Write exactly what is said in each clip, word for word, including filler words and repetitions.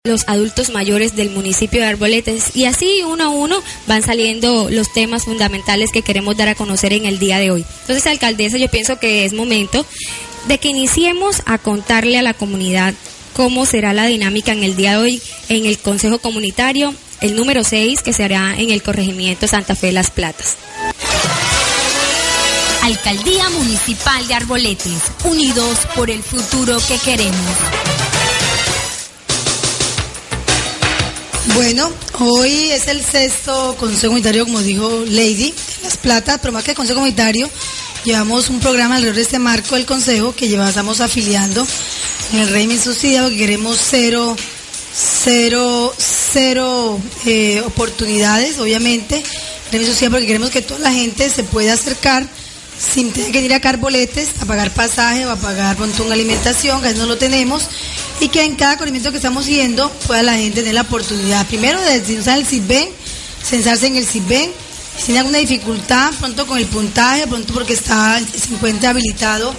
los adultos mayores del municipio de Arboletes, y así uno a uno van saliendo los temas fundamentales que queremos dar a conocer en el día de hoy. Entonces, alcaldesa, yo pienso que es momento de que iniciemos a contarle a la comunidad cómo será la dinámica en el día de hoy en el Consejo Comunitario, el número seis, que se hará en el corregimiento Santa Fe de Las Platas. Alcaldía Municipal de Arboletes, unidos por el futuro que queremos. Bueno, hoy es el sexto Consejo Comunitario, como dijo Lady, en Las Platas, pero más que el Consejo Comunitario, llevamos un programa alrededor de este marco del Consejo que llevamos, estamos afiliando en el régimen subsidiado, que queremos cero, cero, cero eh, oportunidades, obviamente, régimen subsidiado, porque queremos que toda la gente se pueda acercar sin tener que ir a Arboletes a pagar pasaje o a pagar pronto una alimentación, que a veces no lo tenemos, y que en cada corregimiento que estamos yendo pueda la gente tener la oportunidad, primero de censar el CISBEN, censarse en el CISBEN, si tiene alguna dificultad pronto con el puntaje, pronto porque está, se encuentra habilitado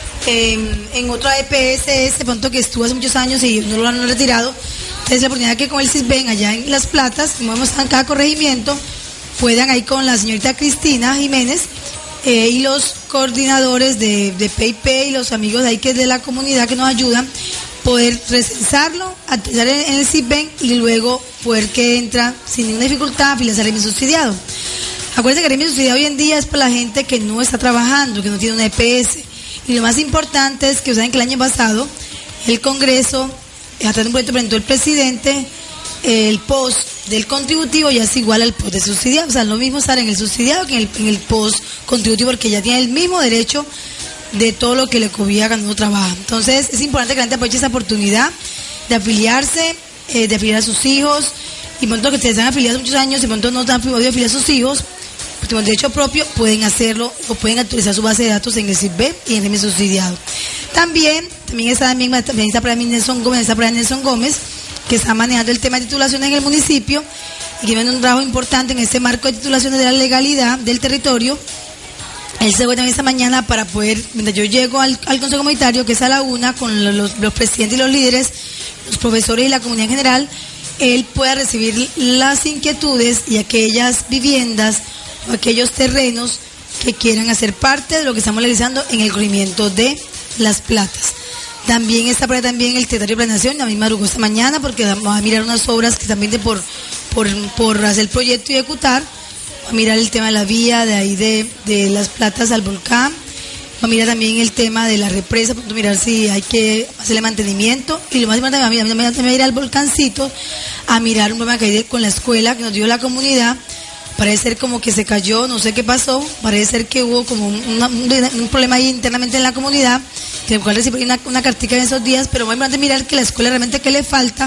en, en otra E P S S, pronto que estuvo hace muchos años y no lo han retirado, entonces la oportunidad que con el CISBEN allá en Las Platas, como hemos estado en cada corregimiento, puedan ahí con la señorita Cristina Jiménez, Eh, y los coordinadores de, de P I P y los amigos de ahí que es de la comunidad que nos ayudan, poder recensarlo, actualizar en, en el CISBEN y luego poder que entra sin ninguna dificultad afiliarse al régimen subsidiado. Acuérdense que el régimen subsidiado hoy en día es para la gente que no está trabajando, que no tiene una E P S. Y lo más importante es que saben que el año pasado el Congreso, a través de un proyecto presentó el presidente, el post del contributivo ya es igual al post de subsidiado, o sea, lo mismo estar en el subsidiado que en el, en el post contributivo, porque ya tiene el mismo derecho de todo lo que le cobija cuando uno trabaja. Entonces es importante que la gente aproveche esa oportunidad de afiliarse, eh, de afiliar a sus hijos, y pronto que ustedes han afiliado muchos años y pronto no han podido afiliar a sus hijos, pues con derecho propio pueden hacerlo o pueden actualizar su base de datos en el CISBEN y en el subsidiado. También, también está también, también está por ahí Nelson Gómez, está por ahí Nelson Gómez, que está manejando el tema de titulaciones en el municipio y que viene un trabajo importante en este marco de titulaciones de la legalidad del territorio. Él se fue también esta mañana para poder, mientras yo llego al, al Consejo Comunitario, que es a la una, con los, los presidentes y los líderes, los profesores y la comunidad en general, él pueda recibir las inquietudes y aquellas viviendas o aquellos terrenos que quieran hacer parte de lo que estamos realizando en el corregimiento de Las Platas. También está por ahí también el secretario de Planeación, a mí me madrugó esta mañana porque vamos a mirar unas obras que también de por, por, por hacer el proyecto y ejecutar. Vamos a mirar el tema de la vía de ahí de, de Las Platas al volcán. Vamos a mirar también el tema de la represa, para mirar si hay que hacerle mantenimiento. Y lo más importante, a mí también me voy a ir al volcancito a mirar un problema que hay con la escuela que nos dio la comunidad. Parece ser como que se cayó, no sé qué pasó, parece ser que hubo como una, un, un problema ahí internamente en la comunidad, que el cual recibí una, una cartica en esos días, pero muy importante mirar que la escuela realmente qué le falta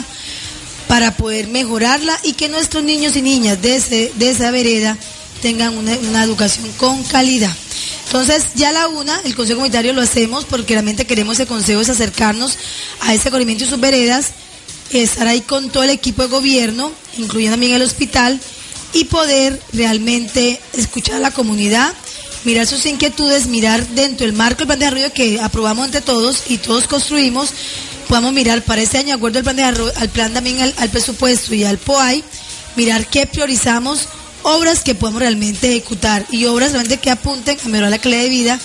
para poder mejorarla y que nuestros niños y niñas de, ese, de esa vereda tengan una, una educación con calidad. Entonces, ya a la una, el Consejo Comunitario lo hacemos porque realmente queremos ese consejo, es acercarnos a ese corregimiento y sus veredas, estar ahí con todo el equipo de gobierno, incluyendo también el hospital, y poder realmente escuchar a la comunidad, mirar sus inquietudes, mirar dentro del marco del plan de desarrollo que aprobamos entre todos y todos construimos, podamos mirar para este año, de acuerdo al plan de desarrollo, al plan también al, al presupuesto y al P O A I, mirar qué priorizamos, obras que podamos realmente ejecutar y obras realmente que apunten a mejorar la calidad de vida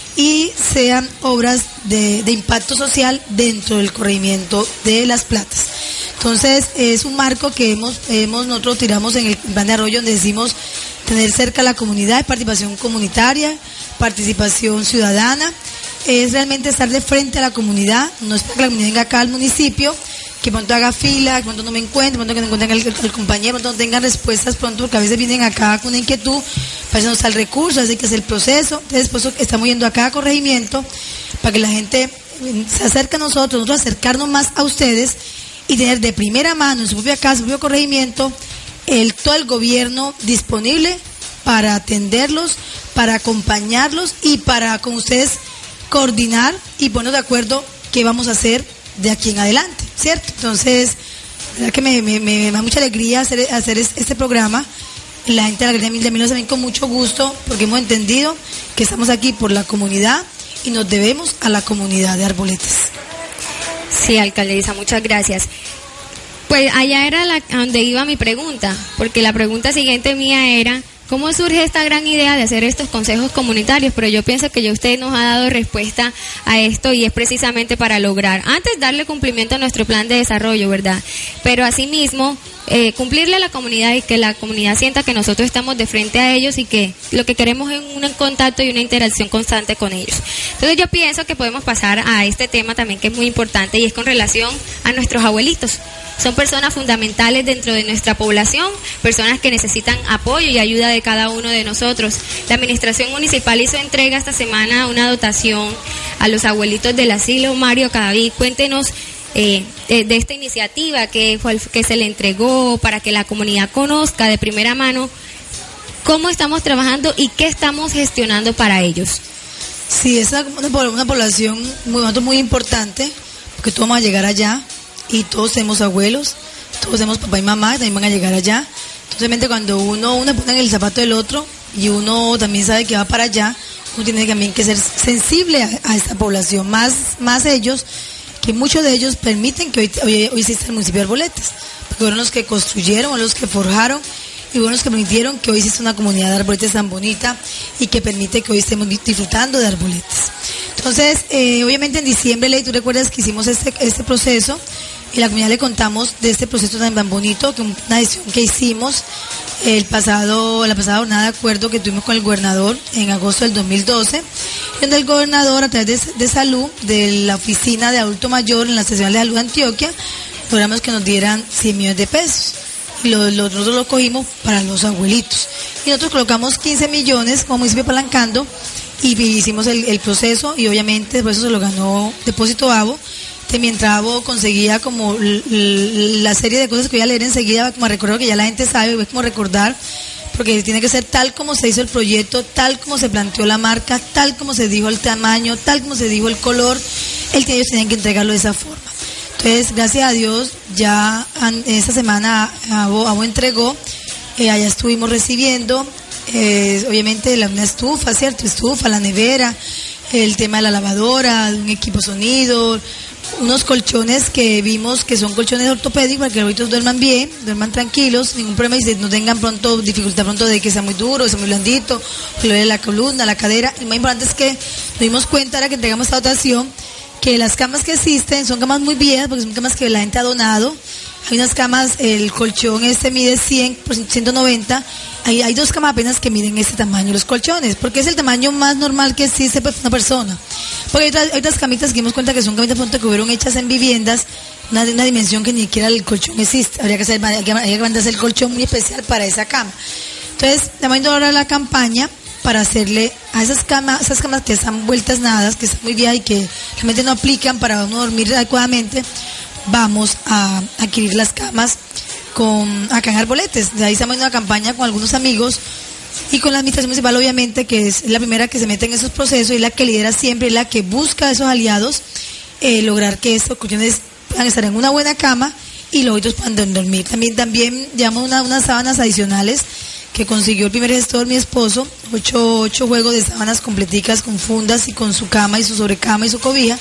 y sean obras de, de impacto social dentro del corregimiento de Las Platas. Entonces es un marco que hemos, hemos nosotros tiramos en el plan de desarrollo, donde decimos tener cerca a la comunidad, participación comunitaria, participación ciudadana, es realmente estar de frente a la comunidad, no es para que la comunidad venga acá al municipio, que pronto haga fila, que pronto no me encuentre, pronto que no encuentren el, el compañero, pronto no tengan respuestas pronto, porque a veces vienen acá con una inquietud, para eso no está el recurso, así que es el proceso. Entonces, por eso estamos yendo a cada corregimiento, para que la gente se acerque a nosotros, nosotros acercarnos más a ustedes y tener de primera mano en su propia casa, su propio corregimiento, el, todo el gobierno disponible para atenderlos, para acompañarlos y para con ustedes coordinar y ponernos de acuerdo qué vamos a hacer de aquí en adelante, ¿cierto? Entonces, la verdad que me, me, me da mucha alegría hacer, hacer este programa. La gente de la Galería Mil de Milos también con mucho gusto, porque hemos entendido que estamos aquí por la comunidad y nos debemos a la comunidad de Arboletes. Sí, alcaldesa, muchas gracias. Pues allá era la, a donde iba mi pregunta, porque la pregunta siguiente mía era, ¿cómo surge esta gran idea de hacer estos consejos comunitarios? Pero yo pienso que ya usted nos ha dado respuesta a esto y es precisamente para lograr, antes darle cumplimiento a nuestro plan de desarrollo, ¿verdad? Pero asimismo, eh, cumplirle a la comunidad y que la comunidad sienta que nosotros estamos de frente a ellos y que lo que queremos es un contacto y una interacción constante con ellos. Entonces yo pienso que podemos pasar a este tema también que es muy importante y es con relación a nuestros abuelitos. Son personas fundamentales dentro de nuestra población, personas que necesitan apoyo y ayuda de cada uno de nosotros. La administración municipal hizo entrega esta semana una dotación a los abuelitos del asilo Mario Cadavid. Cuéntenos eh, de, de esta iniciativa que, fue, que se le entregó para que la comunidad conozca de primera mano cómo estamos trabajando y qué estamos gestionando para ellos. Sí, es una, una población muy, muy importante, porque todos vamos a llegar allá. Y todos tenemos abuelos, todos tenemos papá y mamá, también van a llegar allá. Entonces, cuando uno, uno pone en el zapato del otro y uno también sabe que va para allá, uno tiene también que ser sensible a, a esta población, más, más ellos, que muchos de ellos permiten que hoy, hoy, hoy exista el municipio de Arboletes, porque fueron los que construyeron, fueron los que forjaron y fueron los que permitieron que hoy exista una comunidad de Arboletes tan bonita y que permite que hoy estemos disfrutando de Arboletes. Entonces, eh, obviamente en diciembre, Ley, tú recuerdas que hicimos este, este proceso. Y la comunidad le contamos de este proceso tan, tan bonito, que una decisión que hicimos el pasado, la pasada jornada de acuerdo que tuvimos con el gobernador en agosto del dos mil doce, donde el gobernador a través de, de salud, de la oficina de adulto mayor en la sección de salud de Antioquia, logramos que nos dieran cien millones de pesos. Y lo, lo, nosotros lo cogimos para los abuelitos. Y nosotros colocamos quince millones como municipio Palancando y hicimos el, el proceso y obviamente después eso se lo ganó Depósito Avo. Mientras Avo conseguía como l- l- la serie de cosas que voy a leer enseguida, como recuerdo que ya la gente sabe, es como recordar, porque tiene que ser tal como se hizo el proyecto, tal como se planteó la marca, tal como se dijo el tamaño, tal como se dijo el color, el que ellos tenían que entregarlo de esa forma. Entonces, gracias a Dios, ya an, esta semana Avo, Avo entregó, eh, allá estuvimos recibiendo, eh, obviamente la, una estufa, ¿cierto? Estufa, la nevera, el tema de la lavadora, un equipo sonido, unos colchones que vimos que son colchones ortopédicos para que los abuelitos duerman bien, duerman tranquilos, ningún problema y no tengan pronto dificultad pronto de que sea muy duro, que sea muy blandito, que le dé la columna, la cadera. Y lo más importante es que nos dimos cuenta ahora que entregamos esta dotación que las camas que existen son camas muy viejas porque son camas que la gente ha donado. Hay unas camas, el colchón este mide cien por ciento noventa, hay, hay dos camas apenas que miden este tamaño, los colchones, porque es el tamaño más normal que existe para una persona. Porque hay otras, hay otras camitas que dimos cuenta que son camitas pronto que hubieron hechas en viviendas, una, una dimensión que ni siquiera el colchón existe. Habría que hacer, hay que, hay que mandarse el colchón muy especial para esa cama. Entonces, estamos yendo ahora a la campaña para hacerle a esas camas, esas camas que están vueltas nada, que están muy viejas y que realmente no aplican para uno dormir adecuadamente, vamos a adquirir las camas con acá en Arboletes. De ahí estamos en una campaña con algunos amigos y con la administración municipal, obviamente, que es la primera que se mete en esos procesos y la que lidera siempre, y la que busca a esos aliados, eh, lograr que estos colchones puedan estar en una buena cama y los otros puedan dormir. También, también llevamos una, unas sábanas adicionales que consiguió el primer gestor, mi esposo, ocho, ocho juegos de sábanas completicas con fundas y con su cama y su sobrecama y su cobija,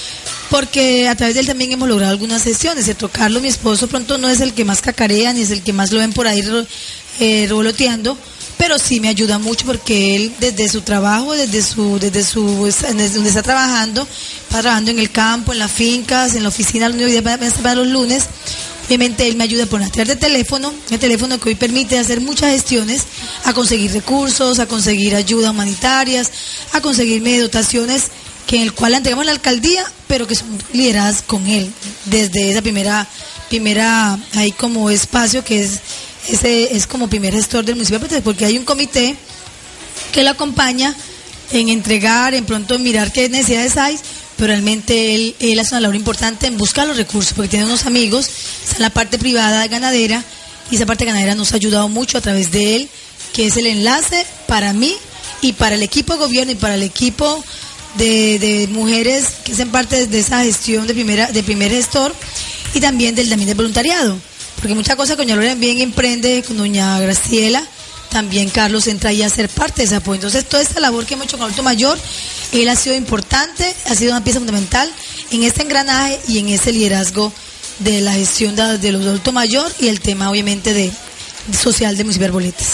porque a través de él también hemos logrado algunas sesiones. ¿Cierto? Carlos, mi esposo, pronto no es el que más cacarea, ni es el que más lo ven por ahí eh, revoloteando, pero sí me ayuda mucho porque él desde su trabajo, desde su, desde su, desde donde está trabajando, está trabajando en el campo, en las fincas, en la oficina, los días para los lunes. Obviamente él me ayuda por través de teléfono, el teléfono que hoy permite hacer muchas gestiones, a conseguir recursos, a conseguir ayudas humanitarias, a conseguirme dotaciones que en el cual la entregamos a la alcaldía, pero que son lideradas con él, desde esa primera, primera, ahí como espacio que es, ese es como primer gestor del municipio, porque hay un comité que lo acompaña en entregar, en pronto mirar qué necesidades hay, pero realmente él, él hace una labor importante en buscar los recursos, porque tiene unos amigos, está en la parte privada ganadera, y esa parte ganadera nos ha ayudado mucho a través de él, que es el enlace para mí y para el equipo de gobierno y para el equipo de, de mujeres que hacen parte de esa gestión de primera de primer gestor, y también del también del voluntariado, porque muchas cosas con doña Lorena bien emprende, con doña Graciela, también Carlos entra ahí a ser parte de ese apoyo. Entonces, toda esta labor que hemos hecho con Adulto Mayor, él ha sido importante, ha sido una pieza fundamental en este engranaje y en ese liderazgo de la gestión de, de los adultos mayores y el tema obviamente de, de social del municipio de Arboletes.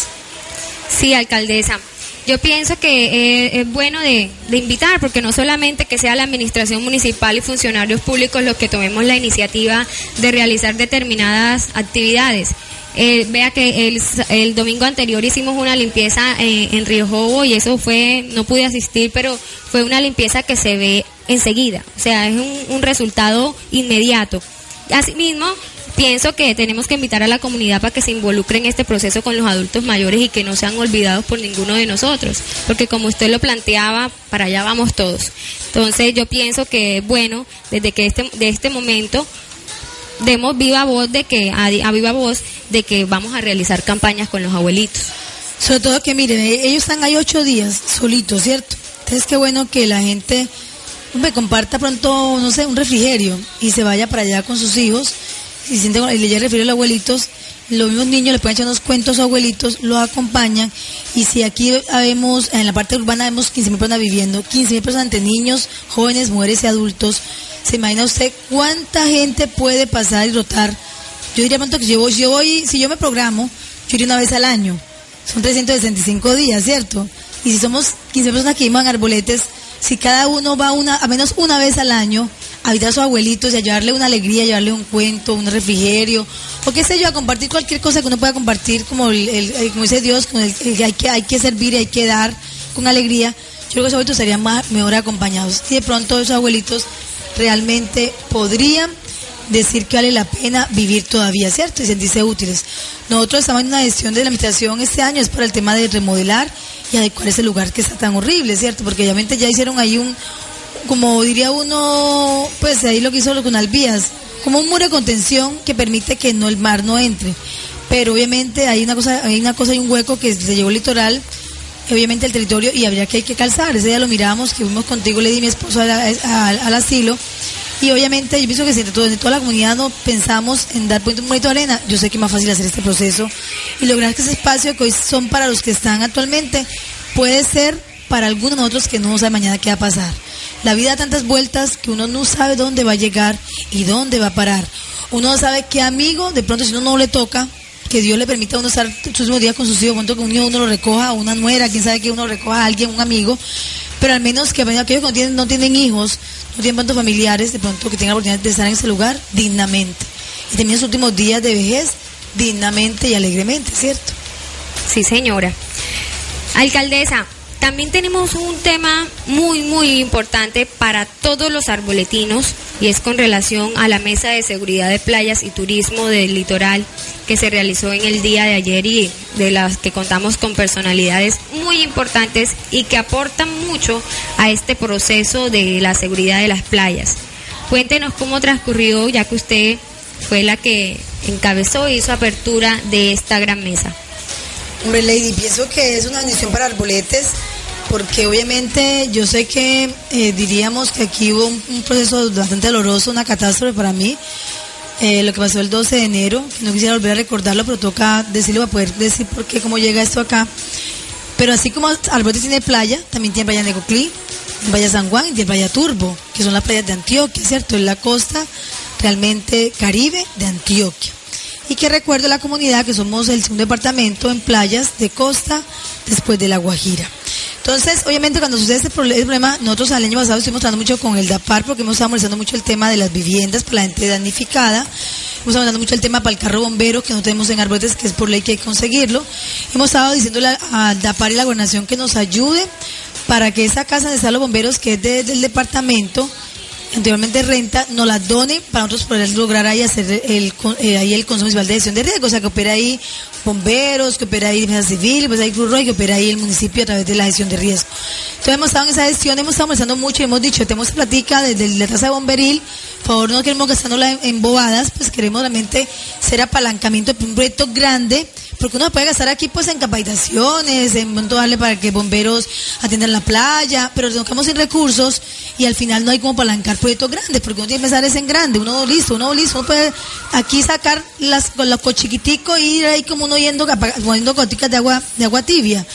Sí, alcaldesa. Yo pienso que eh, es bueno de, de invitar, porque no solamente que sea la administración municipal y funcionarios públicos los que tomemos la iniciativa de realizar determinadas actividades. Eh, vea que el, el domingo anterior hicimos una limpieza eh, en Río Jobo y eso fue, no pude asistir, pero fue una limpieza que se ve enseguida, o sea, es un, un resultado inmediato. Asimismo, pienso que tenemos que invitar a la comunidad para que se involucre en este proceso con los adultos mayores y que no sean olvidados por ninguno de nosotros, porque como usted lo planteaba, para allá vamos todos. Entonces yo pienso que es bueno, desde que este, de este momento, demos viva voz de que, a, a viva voz de que vamos a realizar campañas con los abuelitos. Sobre todo que miren, ellos están ahí ocho días solitos, ¿cierto? Entonces qué bueno que la gente me comparta pronto, no sé, un refrigerio y se vaya para allá con sus hijos y sienten, y le lleva refrigerio a los abuelitos. Los mismos niños le pueden echar unos cuentos a abuelitos, los acompañan, y si aquí vemos, en la parte urbana vemos quince mil personas viviendo, quince mil personas entre niños, jóvenes, mujeres y adultos, ¿se imagina usted cuánta gente puede pasar y rotar? Yo diría pronto que si yo voy, si yo, voy, si yo me programo, yo iría una vez al año, son trescientos sesenta y cinco días, ¿cierto? Y si somos quince personas que vivimos en Arboletes, si cada uno va una, a menos una vez al año a visitar a sus abuelitos y a llevarle una alegría, a llevarle un cuento, un refrigerio, o qué sé yo, a compartir cualquier cosa que uno pueda compartir, como el, el, el como dice Dios, con el, el, hay que hay que servir y hay que dar con alegría. Yo creo que esos abuelitos serían más, mejor acompañados. Y de pronto esos abuelitos realmente podrían decir que vale la pena vivir todavía, ¿cierto? Y sentirse útiles. Nosotros estamos en una gestión de la administración este año, es para el tema de remodelar y adecuar ese lugar que está tan horrible, ¿cierto? Porque obviamente ya hicieron ahí un, como diría uno, pues ahí lo que hizo con Alvías, como un muro de contención que permite que no el mar no entre. Pero obviamente hay una cosa, hay una cosa, hay un hueco que se llevó el litoral, obviamente el territorio, y habría que hay que calzar. Ese día lo mirábamos, que fuimos contigo, le di mi esposo al, al, al asilo. Y obviamente yo pienso que si entre todo, toda la comunidad no pensamos en dar un monito de arena, yo sé que es más fácil hacer este proceso y lograr que ese espacio que hoy son para los que están actualmente, puede ser para algunos de nosotros que no sabe mañana qué va a pasar. La vida da tantas vueltas que uno no sabe dónde va a llegar y dónde va a parar. Uno no sabe qué amigo, de pronto si uno no le toca, que Dios le permita a uno estar sus últimos días con sus hijos, cuando que un hijo uno lo recoja, una nuera, quién sabe que uno recoja a alguien, un amigo, pero al menos que aquellos que no tienen, no tienen hijos, no tienen tantos familiares, de pronto que tengan la oportunidad de estar en ese lugar dignamente y terminen sus últimos días de vejez dignamente y alegremente, ¿cierto? Sí, señora. Alcaldesa, también tenemos un tema muy, muy importante para todos los arboletinos y es con relación a la mesa de seguridad de playas y turismo del litoral que se realizó en el día de ayer y de las que contamos con personalidades muy importantes y que aportan mucho a este proceso de la seguridad de las playas. Cuéntenos cómo transcurrió, ya que usted fue la que encabezó y hizo apertura de esta gran mesa. Hombre, Lady, pienso que es una bendición para Arboletes, porque obviamente yo sé que eh, diríamos que aquí hubo un, un proceso bastante doloroso, una catástrofe para mí, eh, lo que pasó el doce de enero, que no quisiera volver a recordarlo, pero toca decirlo para poder decir por qué, cómo llega esto acá. Pero así como Arboletes tiene playa, también tiene playa Necoclí, playa San Juan y tiene playa Turbo, que son las playas de Antioquia, ¿cierto? Es la costa realmente caribe de Antioquia. Y que recuerdo a la comunidad que somos el segundo departamento en playas de costa después de La Guajira. Entonces, obviamente, cuando sucede este problema, nosotros el año pasado estuvimos trabajando mucho con el DAPAR porque hemos estado analizando mucho el tema de las viviendas para la gente damnificada. Hemos estado analizando mucho el tema para el carro bombero que no tenemos en Arboletes, que es por ley que hay que conseguirlo. Hemos estado diciéndole al DAPAR y la gobernación que nos ayude para que esa casa donde están los bomberos, que es de, del departamento, anteriormente renta, nos la donen para nosotros poder lograr ahí hacer el, eh, ahí el Consejo Municipal de Gestión de Riesgo, o sea que opera ahí bomberos, que opera ahí Defensa Civil, pues ahí Cruz Roja, que opera ahí el municipio a través de la gestión de riesgo. Entonces hemos estado en esa gestión, hemos estado conversando mucho y hemos dicho, tenemos platica desde la tasa de bomberil, por favor no queremos gastándola en, en bobadas, pues queremos realmente ser apalancamiento de un proyecto grande, porque uno puede gastar aquí pues en capacitaciones, en monto darle para que bomberos atiendan la playa, pero nos quedamos sin recursos y al final no hay como apalancar proyectos grandes, porque uno tiene que pensar es en grande, uno listo, uno listo, uno puede aquí sacar las con los cochiquiticos y ir ahí como uno yendo, poniendo goticas de agua, de agua tibia.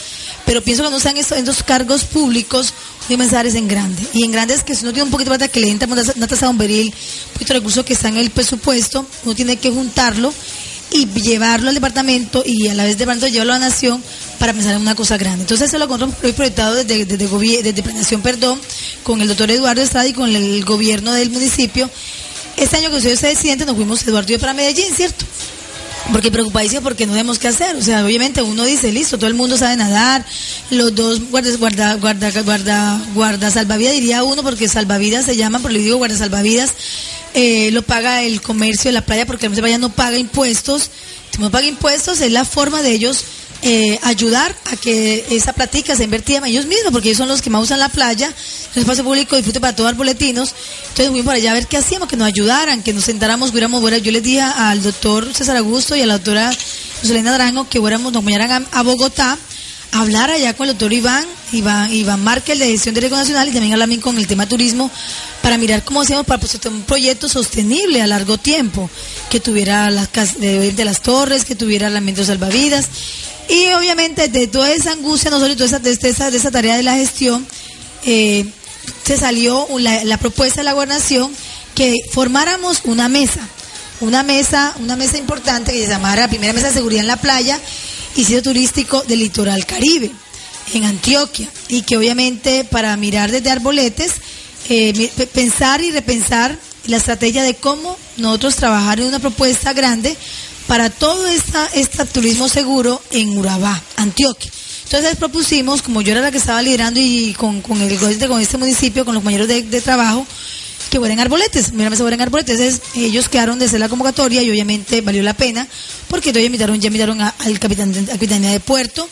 pero pienso que no sean estos, estos cargos públicos de mensajes en grande. Y en grande es que si uno tiene un poquito de plata que le entra una tasa bomberil, un poquito de recursos que están en el presupuesto, uno tiene que juntarlo y llevarlo al departamento y a la vez de departamento llevarlo a la nación para pensar en una cosa grande. Entonces eso lo encontramos proyectado desde, desde, desde, desde planeación, perdón, con el doctor Eduardo Estrada y con el, el gobierno del municipio. Este año que soy presidente nos fuimos Eduardo y yo para Medellín, ¿cierto? Porque preocupadísimo porque no sabemos qué hacer. O sea, obviamente uno dice, listo, todo el mundo sabe nadar, los dos guardas, guarda, guarda, guarda, guarda salvavidas, diría uno, porque salvavidas se llaman, pero le digo guarda salvavidas, eh, lo paga el comercio de la playa, porque el comercio de la playa no paga impuestos. Si no paga impuestos, es la forma de ellos eh, ayudar a que esa platica se invertida en ellos mismos, porque ellos son los que más usan la playa, el espacio público, disfrute para todos arboletinos. Entonces fuimos para allá a ver qué hacíamos, que nos ayudaran, que nos sentáramos, fuéramos, fuera. Yo les dije al doctor César Augusto y a la doctora Joselena Naranjo que fuéramos, nos acompañaran a, a Bogotá a hablar allá con el doctor Iván, Iván, Iván Márquez de Gestión de Riesgo Nacional, y también hablar con el tema turismo, para mirar cómo hacemos para pues, un proyecto sostenible a largo tiempo, que tuviera las casas de, de las torres, que tuviera elementos salvavidas. Y obviamente de toda esa angustia, nosotros, de, esa, de, esa, de esa tarea de la gestión, eh, se salió la, la propuesta de la gobernación que formáramos una mesa, una mesa, una mesa importante que se llamara Primera Mesa de Seguridad en la Playa y Sitio Turístico del Litoral Caribe, en Antioquia, y que obviamente para mirar desde Arboletes, eh, pensar y repensar la estrategia de cómo nosotros trabajar en una propuesta grande para todo esta, este turismo seguro en Urabá, Antioquia. Entonces propusimos, como yo era la que estaba liderando y con, con, el, con este municipio, con los compañeros de, de trabajo, que fueran Arboletes, mira, me fueran Arboletes. Entonces ellos quedaron de hacer la convocatoria y obviamente valió la pena, porque ya invitaron, ya invitaron a, al capitán de, a Capitanía de Puerto,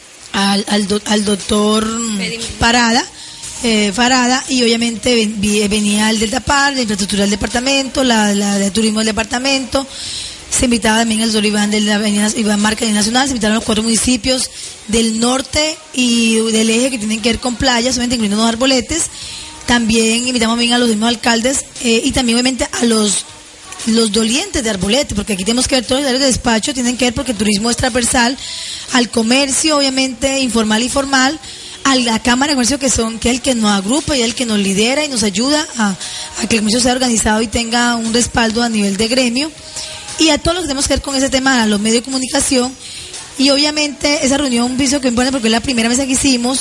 al, al, do, al doctor Parada, eh, Farada, y obviamente ven, venía el del TAPAR, la infraestructura del departamento, la, la de turismo del departamento. Se invitaba también el doctor Iván de la Avenida Iván Márquez Nacional, se invitaron los cuatro municipios del norte y del eje que tienen que ver con playas, obviamente incluyendo los Arboletes. También invitamos también a los mismos alcaldes eh, y también obviamente a los los dolientes de Arbolete, porque aquí tenemos que ver todos los áreas de despacho, tienen que ver porque el turismo es transversal al comercio, obviamente informal y formal, a la Cámara de Comercio, que son que es el que nos agrupa y el que nos lidera y nos ayuda a, a que el comercio sea organizado y tenga un respaldo a nivel de gremio, y a todos los que tenemos que ver con ese tema, a los medios de comunicación. Y obviamente esa reunión pienso que es buena porque es la primera mesa que hicimos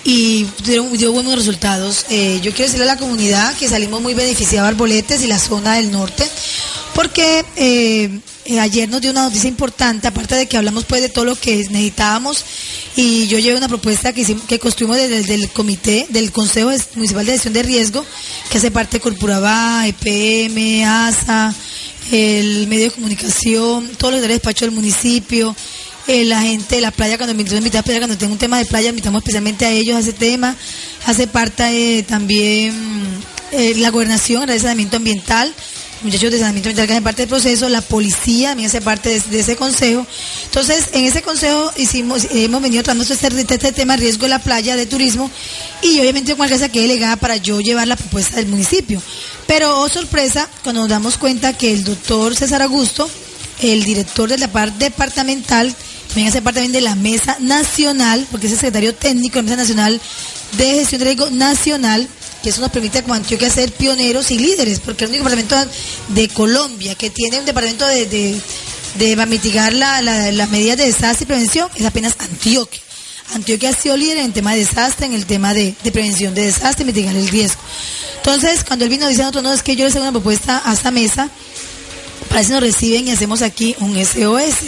y dio, dio buenos resultados. Eh, yo quiero decirle a la comunidad que salimos muy beneficiados a Arboletes y la zona del norte, porque eh, eh, ayer nos dio una noticia importante, aparte de que hablamos pues de todo lo que necesitábamos, y yo llevé una propuesta que, hicimos, que construimos desde el del comité del Consejo Municipal de Gestión de Riesgo, que hace parte de Corpurabá, E P M, A S A, el medio de comunicación, todos los de despacho del municipio, eh, la gente de la playa, cuando me invitamos a playa, cuando tengo un tema de playa, invitamos especialmente a ellos a ese tema. Hace parte eh, también eh, la gobernación, el saneamiento ambiental, muchachos de saneamiento ambiental que hacen parte del proceso, la policía también hace parte de, de ese consejo. Entonces, en ese consejo hicimos, hemos venido tratando este, este tema de riesgo de la playa, de turismo, y obviamente con alcaldesa quedé delegada para yo llevar la propuesta del municipio. Pero, oh sorpresa, cuando nos damos cuenta que el doctor César Augusto, el director de la parte departamental, también hace parte también de la Mesa Nacional, porque es el secretario técnico de la Mesa Nacional de Gestión de Riesgo Nacional, que eso nos permite como Antioquia ser pioneros y líderes, porque es el único departamento de Colombia que tiene un departamento de, de, de mitigar la, la, las medidas de desastre y prevención, es apenas Antioquia. Antioquia ha sido líder en el tema de desastre, en el tema de, de prevención de desastre y mitigar el riesgo. Entonces, cuando él vino dice a nosotros, no, es que yo les hago una propuesta a esta mesa, para si nos reciben y hacemos aquí un S O S.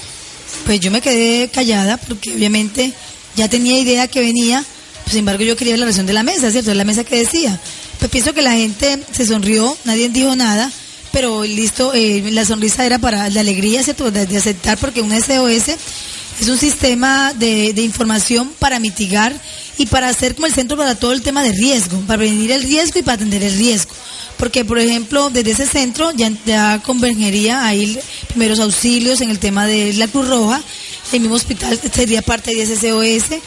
Pues yo me quedé callada porque obviamente ya tenía idea que venía, pues, sin embargo yo quería ver la reacción de la mesa, ¿cierto? De la mesa que decía. Pues pienso que la gente se sonrió, nadie dijo nada, pero listo, eh, la sonrisa era para la alegría, ¿cierto? De, de aceptar, porque un S O S es un sistema de, de información para mitigar y para hacer como el centro para todo el tema de riesgo, para prevenir el riesgo y para atender el riesgo. Porque, por ejemplo, desde ese centro ya, ya convergería ahí primeros auxilios en el tema de la Cruz Roja, el mismo hospital sería parte de ese S O S,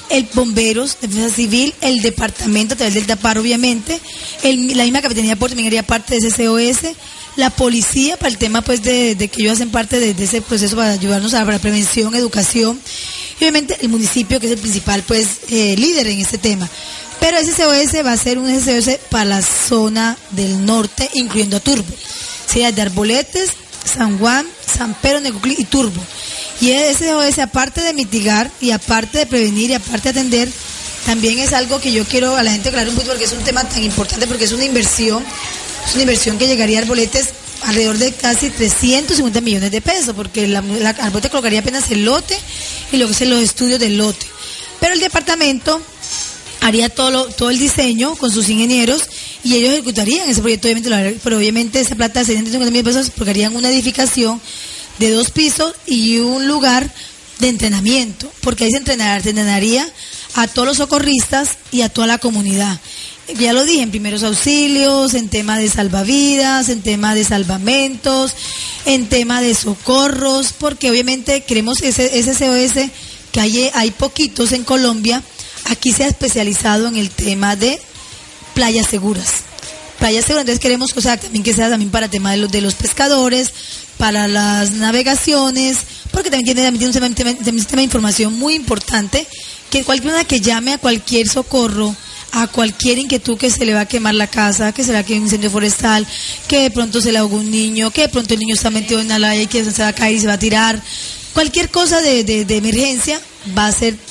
el bomberos, defensa civil, el departamento a través del DAPAR, obviamente, el, la misma Capitanía de Puerto también haría parte de ese C O S, la policía para el tema pues de, de que ellos hacen parte de, de ese proceso para ayudarnos a la prevención, educación, y obviamente el municipio que es el principal pues eh, líder en este tema. Pero ese C O S va a ser un C O S para la zona del norte, incluyendo a Turbo, sería de Arboletes, San Juan, San Pedro, Necoclí y Turbo. Y ese C O S, aparte de mitigar y aparte de prevenir y aparte de atender, también es algo que yo quiero a la gente aclarar un poquito porque es un tema tan importante, porque es una inversión, es una inversión que llegaría a Arboletes alrededor de casi trescientos cincuenta millones de pesos, porque la, la Arboletes colocaría apenas el lote y luego se los estudios del lote. Pero el departamento haría todo lo, todo el diseño con sus ingenieros y ellos ejecutarían ese proyecto, obviamente, lo, pero obviamente esa plata de seiscientos cincuenta mil pesos porque harían una edificación de dos pisos y un lugar de entrenamiento, porque ahí se entrenará, se entrenaría a todos los socorristas y a toda la comunidad. Ya lo dije, en primeros auxilios, en tema de salvavidas, en tema de salvamentos, en tema de socorros, porque obviamente queremos ese, ese C O S que hay, hay poquitos en Colombia, aquí se ha especializado en el tema de playas seguras. Playas seguras, entonces queremos, o sea, también que sea también para el tema de los, de los pescadores, para las navegaciones, porque también tiene, también tiene un, tema, un sistema de información muy importante, que cualquier persona que llame a cualquier socorro, a cualquier inquietud que se le va a quemar la casa, que se le va a quemar un incendio forestal, que de pronto se le ahogó un niño, que de pronto el niño está metido en la laya y que se va a caer y se va a tirar, cualquier cosa de, de, de emergencia va a ser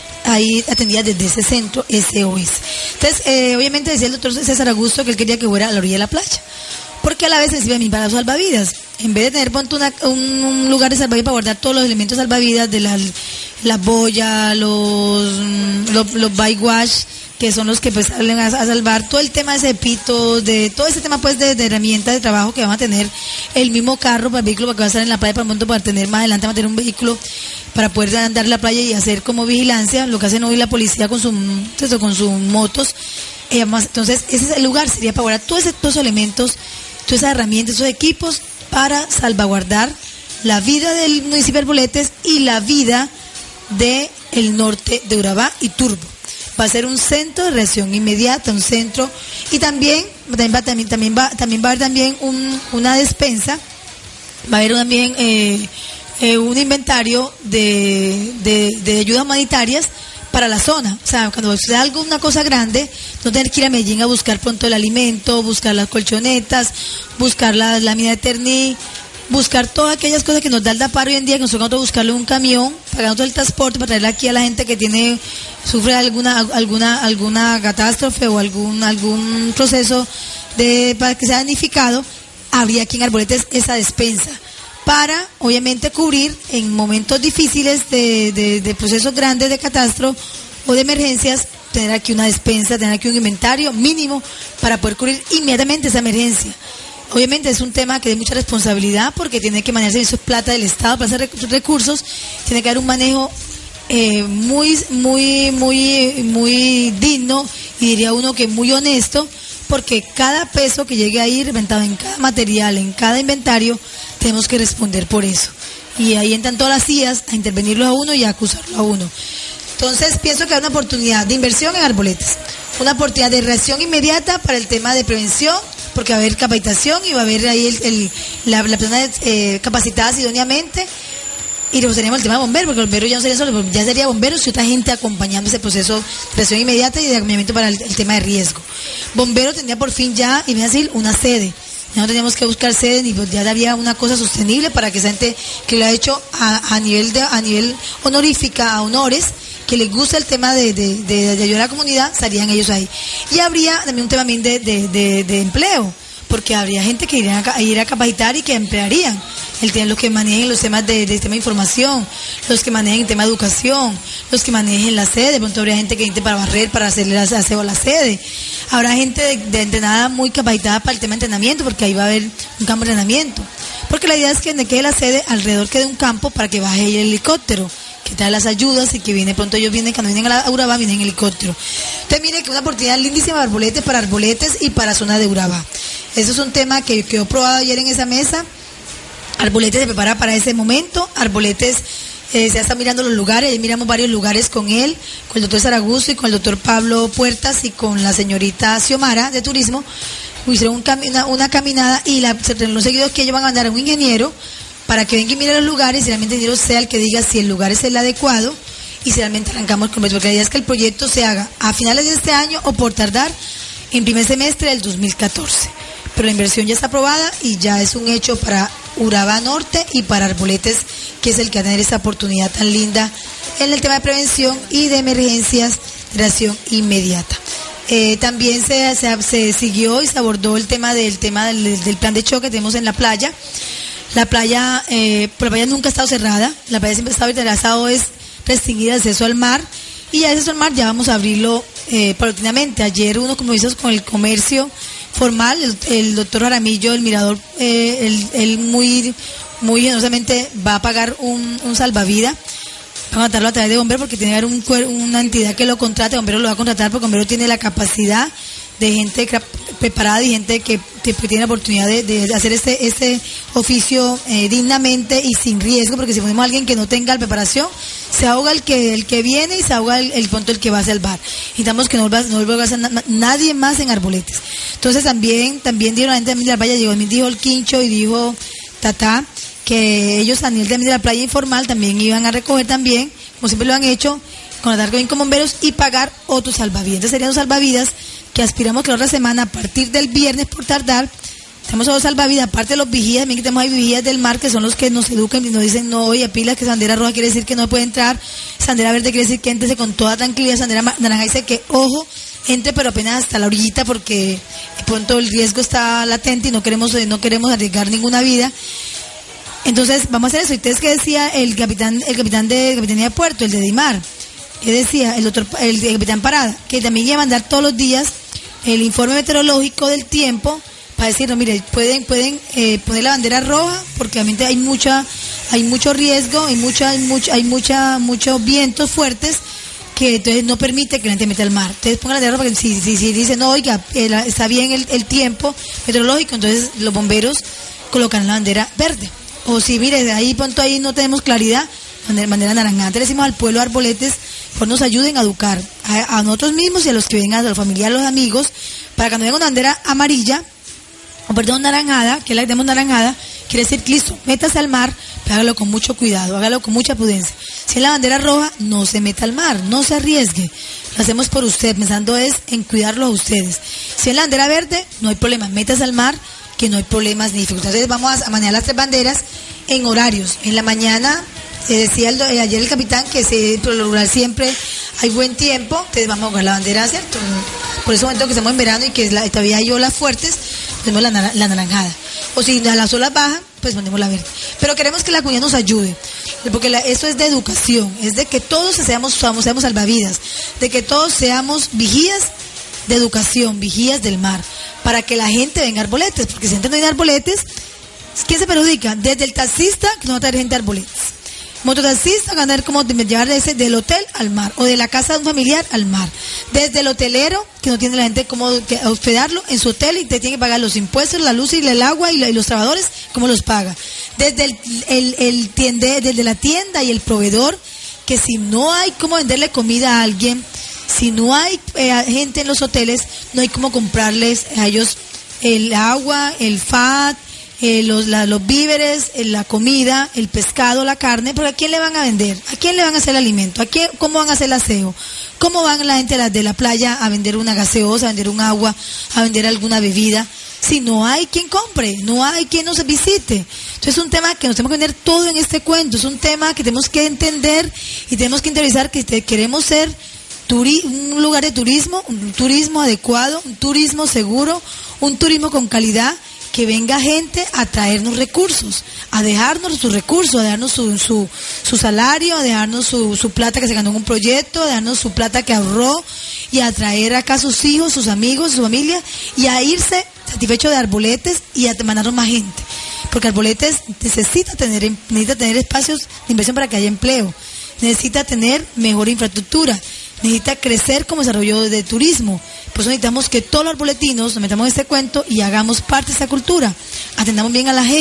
ahí atendida desde ese centro S O S. Entonces, eh, obviamente decía el doctor César Augusto que él quería que fuera a la orilla de la playa, porque a la vez se sirve a mí para los salvavidas. En vez de tener ponte una, un, un lugar de salvavidas para guardar todos los elementos salvavidas de las la boya, los los, los bywash, que son los que pues salen a, a salvar, todo el tema de cepitos, de todo ese tema pues de, de herramientas de trabajo que van a tener el mismo carro para el vehículo para que va a estar en la playa para el momento para tener más adelante va a tener un vehículo para poder andar en la playa y hacer como vigilancia, lo que hacen hoy la policía con sus con sus motos. Eh, más, entonces ese es el lugar, sería para guardar todos esos elementos, todas esas herramientas, esos equipos para salvaguardar la vida del municipio de Arboletes y la vida del norte de Urabá y Turbo. Va a ser un centro de reacción inmediata, un centro, y también también va, también, también va, también va a haber también un, una despensa, va a haber también eh, eh, un inventario de, de, de ayudas humanitarias para la zona. O sea, cuando sea algo, una cosa grande, no tener que ir a Medellín a buscar pronto el alimento, buscar las colchonetas, buscar la lámina de Terní, buscar todas aquellas cosas que nos da el DAPAR hoy en día, que nos toca nosotros buscarle un camión, pagar todo el transporte para traerle aquí a la gente que tiene, sufre alguna alguna alguna catástrofe o algún algún proceso de para que sea damnificado. Habría aquí en Arboletes esa despensa para, obviamente, cubrir en momentos difíciles de, de, de procesos grandes de catástrofe o de emergencias, tener aquí una despensa, tener aquí un inventario mínimo para poder cubrir inmediatamente esa emergencia. Obviamente es un tema que de mucha responsabilidad porque tiene que manejarse, eso es plata del Estado para hacer recursos, tiene que haber un manejo eh, muy, muy, muy, muy digno y diría uno que muy honesto, porque cada peso que llegue ahí reventado en cada material, en cada inventario, tenemos que responder por eso. Y ahí entran todas las C I As a intervenirlo a uno y a acusarlo a uno. Entonces pienso que hay una oportunidad de inversión en Arboletes, una oportunidad de reacción inmediata para el tema de prevención, porque va a haber capacitación y va a haber ahí el, el, la, la persona eh, capacitada idóneamente. Y luego tenemos el tema de bomberos, porque el bombero ya no sería solo, ya sería bomberos y otra gente acompañando ese proceso de reacción inmediata y de acompañamiento para el, el tema de riesgo. Bombero tendría por fin ya, y me voy a decir, una sede. Ya no teníamos que buscar sede, ni pues ya había una cosa sostenible para que esa gente que lo ha hecho a, a nivel de a nivel honorífica, a honores, que les gusta el tema de, de, de, de ayudar a la comunidad, estarían ellos ahí. Y habría también un tema también de, de, de, de empleo, porque habría gente que iría a, ir a capacitar y que emplearían. El, los que manejen los temas de, de tema de información, los que manejen el tema de educación, los que manejen la sede, de pronto habría gente que entre para barrer, para hacerle aseo a la sede. Habrá gente de, de entrenada muy capacitada para el tema de entrenamiento, porque ahí va a haber un campo de entrenamiento. Porque la idea es que donde quede la sede, alrededor quede un campo para que baje el helicóptero, que trae las ayudas y que viene pronto ellos vienen, cuando vienen a la Urabá, vienen en helicóptero. Entonces mire que una oportunidad lindísima de Arboletes para Arboletes y para zona de Urabá. Eso es un tema que quedó probado ayer en esa mesa. Arboletes se prepara para ese momento. Arboletes Eh, se está mirando los lugares, miramos varios lugares con él, con el doctor Zaragoza y con el doctor Pablo Puertas y con la señorita Xiomara de turismo. Hicieron un cami una, una caminada y la, los seguidos que ellos van a mandar a un ingeniero para que venga y mire los lugares y realmente el ingeniero sea el que diga si el lugar es el adecuado y si realmente arrancamos con eso, porque la idea es que el proyecto se haga a finales de este año o por tardar en primer semestre del dos mil catorce. Pero la inversión ya está aprobada y ya es un hecho para Urabá Norte y para Arboletes, que es el que va a tener esta oportunidad tan linda en el tema de prevención y de emergencias de reacción inmediata. Eh, también se, se, se siguió y se abordó el tema del tema del, del plan de choque que tenemos en la playa. La playa, eh, la playa nunca ha estado cerrada, la playa siempre ha estado abierta, el asado es restringida el acceso al mar y ya el acceso al mar ya vamos a abrirlo eh, paulatinamente. Ayer unos compromisos con el comercio formal, el, el doctor Jaramillo, el mirador, eh, él, él muy, muy generosamente va a pagar un, un salvavidas. Van a tratarlo a través de bomberos porque tiene que haber un, una entidad que lo contrate, bomberos lo va a contratar porque bomberos tiene la capacidad de gente preparada y gente que, que tiene la oportunidad de, de hacer este, este oficio eh, dignamente y sin riesgo, porque si ponemos a alguien que no tenga la preparación, se ahoga el que el que viene y se ahoga el, el punto el que va a salvar. Necesitamos que no vuelva, no vuelva a hacer na, nadie más en Arboletes. Entonces también, también dieron la gente de la playa, llegó, dijo el Quincho y dijo Tata, que ellos a nivel de la playa informal también iban a recoger también, como siempre lo han hecho, contratar con bomberos y pagar otros salvavidas. Entonces serían los salvavidas que aspiramos que la otra semana, a partir del viernes por tardar, tenemos otros salvavidas, aparte de los vigías, también que tenemos ahí vigías del mar, que son los que nos educan y nos dicen, no, oye, pilas, que bandera roja quiere decir que no puede entrar, bandera verde quiere decir que entre con toda tranquilidad, bandera naranja dice que, ojo, entre pero apenas hasta la orillita porque de pronto el riesgo está latente y no queremos, no queremos arriesgar ninguna vida. Entonces, vamos a hacer eso. ¿Y ustedes qué decía el capitán, el capitán de Capitanía de Puerto, el de Dimar? ¿Qué decía el doctor, el, el capitán Parada? Que también iba a mandar todos los días el informe meteorológico del tiempo para decirnos, mire, pueden, pueden eh, poner la bandera roja porque realmente hay mucha, hay mucho riesgo, hay mucha, hay mucha, hay mucha, muchos vientos fuertes que entonces no permite que la gente meta al mar. Entonces pongan la bandera roja porque si, si, si dicen, no, oiga, el, está bien el, el tiempo meteorológico, entonces los bomberos colocan la bandera verde. O si, mire, ahí pronto ahí no tenemos claridad, bandera, bandera naranja. Antes le decimos al pueblo de Arboletes, pues nos ayuden a educar a, a nosotros mismos y a los que vengan, a los familiares, a los amigos, para que cuando venga una bandera amarilla, o perdón, naranjada, que la tenemos naranjada, quiere decir, listo, métase al mar, pero hágalo con mucho cuidado, hágalo con mucha prudencia. Si es la bandera roja, no se meta al mar, no se arriesgue. Lo hacemos por usted, pensando es en cuidarlo a ustedes. Si es la bandera verde, no hay problema, métase al mar, que no hay problemas ni dificultades. Entonces vamos a manejar las tres banderas en horarios. En la mañana, eh, decía el, eh, ayer el capitán que se, por lo rural siempre hay buen tiempo, entonces vamos a jugar la bandera, ¿cierto? Por ese momento que estamos en verano y que la, todavía hay olas fuertes, ponemos la, la naranjada. O si las olas bajan, pues ponemos la verde. Pero queremos que la comunidad nos ayude, porque la, esto es de educación, es de que todos seamos, seamos, seamos salvavidas, de que todos seamos vigías de educación, vigías del mar, para que la gente venga a Arboletes, porque si la gente no viene a Arboletes, ¿quién se perjudica? Desde el taxista, que no va a traer gente a Arboletes, mototaxista, que va a tener como llevar ese del hotel al mar, o de la casa de un familiar al mar, desde el hotelero, que no tiene la gente como hospedarlo en su hotel y te tiene que pagar los impuestos, la luz y el agua y, la, y los trabajadores, ¿cómo los paga? Desde el, el, el tiende, desde la tienda y el proveedor, que si no hay cómo venderle comida a alguien, si no hay eh, gente en los hoteles, no hay cómo comprarles a ellos el agua, el F A T, eh, los, la, los víveres, eh, la comida, el pescado, la carne, pero ¿a quién le van a vender? ¿A quién le van a hacer el alimento? ¿A quién, ¿Cómo van a hacer el aseo? ¿Cómo van la gente de la, de la playa a vender una gaseosa, a vender un agua, a vender alguna bebida? Si no hay quien compre, no hay quien nos visite. Entonces es un tema que nos tenemos que vender todo en este cuento, es un tema que tenemos que entender y tenemos que interiorizar que queremos ser Turi- un lugar de turismo, un turismo adecuado, un turismo seguro, un turismo con calidad, que venga gente a traernos recursos, a dejarnos sus recursos, a dejarnos su, su, su salario, a dejarnos su, su plata que se ganó en un proyecto, a dejarnos su plata que ahorró y a traer acá a sus hijos, sus amigos, su familia y a irse satisfecho de Arboletes y a mandarnos más gente. Porque Arboletes necesita tener, necesita tener espacios de inversión para que haya empleo, necesita tener mejor infraestructura, necesita crecer como desarrollo de turismo. Por eso necesitamos que todos los arboletinos nos metamos en este cuento y hagamos parte de esa cultura. Atendamos bien a la gente,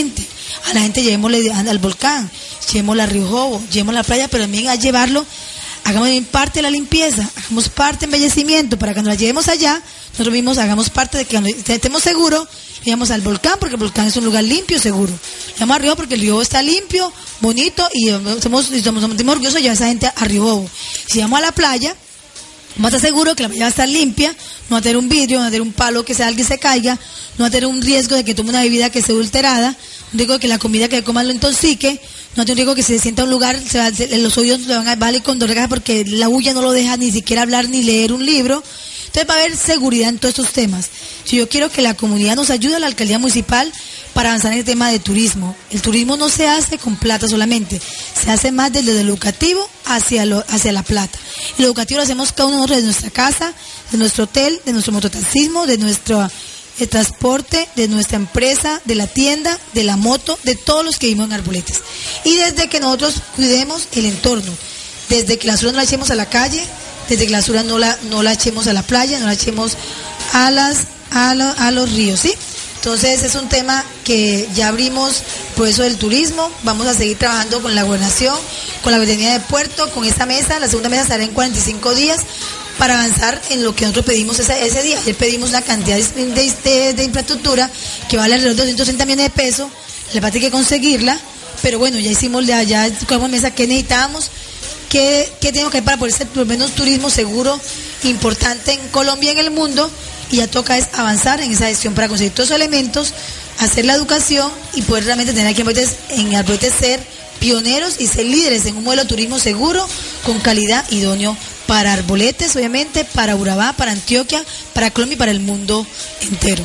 a la gente llevémosle al volcán, llevémosla a Río Jobo, llevémosla a la playa, pero también a llevarlo, hagamos bien parte de la limpieza, hagamos parte de embellecimiento, para que cuando la llevemos allá, nosotros mismos hagamos parte de que cuando estemos seguros, vayamos al volcán, porque el volcán es un lugar limpio, seguro. Vamos a Río porque el río está limpio, bonito, y somos, y somos, somos orgullosos de llevar a esa gente a Río Jobo. Si vamos a la playa, vamos a estar seguros que la playa va a estar limpia, no va a tener un vidrio, no va a tener un palo que sea alguien se caiga, no va a tener un riesgo de que tome una bebida que sea adulterada, un riesgo de que la comida que coma lo intoxique, no tiene un riesgo que se sienta a un lugar, se va, se, los oídos le van a valer con dos regajas porque la bulla no lo deja ni siquiera hablar ni leer un libro. Entonces va a haber seguridad en todos estos temas. Si yo quiero que la comunidad nos ayude, a la alcaldía municipal, para avanzar en el tema de turismo. El turismo no se hace con plata solamente, se hace más desde lo educativo hacia, lo, hacia la plata. El educativo lo hacemos cada uno de nosotros desde nuestra casa, de nuestro hotel, de nuestro mototaxismo, de nuestro eh, transporte, de nuestra empresa, de la tienda, de la moto, de todos los que vivimos en Arboletes. Y desde que nosotros cuidemos el entorno, desde que la basura no la echemos a la calle, desde que la basura no la, no la echemos a la playa, no la echemos a, las, a, lo, a los ríos, ¿sí? Entonces es un tema que ya abrimos por eso del turismo, vamos a seguir trabajando con la gobernación, con la Gobernación de Puerto, con esta mesa, la segunda mesa estará en cuarenta y cinco días para avanzar en lo que nosotros pedimos ese, ese día. Ayer pedimos una cantidad de, de, de, de infraestructura que vale alrededor de doscientos sesenta millones de pesos, le falta que conseguirla, pero bueno, ya hicimos, ya, ya tocamos mesa que necesitábamos. ¿Qué, ¿Qué tenemos que hacer para poder ser por lo menos turismo seguro, importante en Colombia y en el mundo? Y ya toca es avanzar en esa gestión para conseguir todos esos elementos, hacer la educación y poder realmente tener aquí en Arboletes ser pioneros y ser líderes en un modelo de turismo seguro, con calidad, idóneo para Arboletes, obviamente, para Urabá, para Antioquia, para Colombia y para el mundo entero.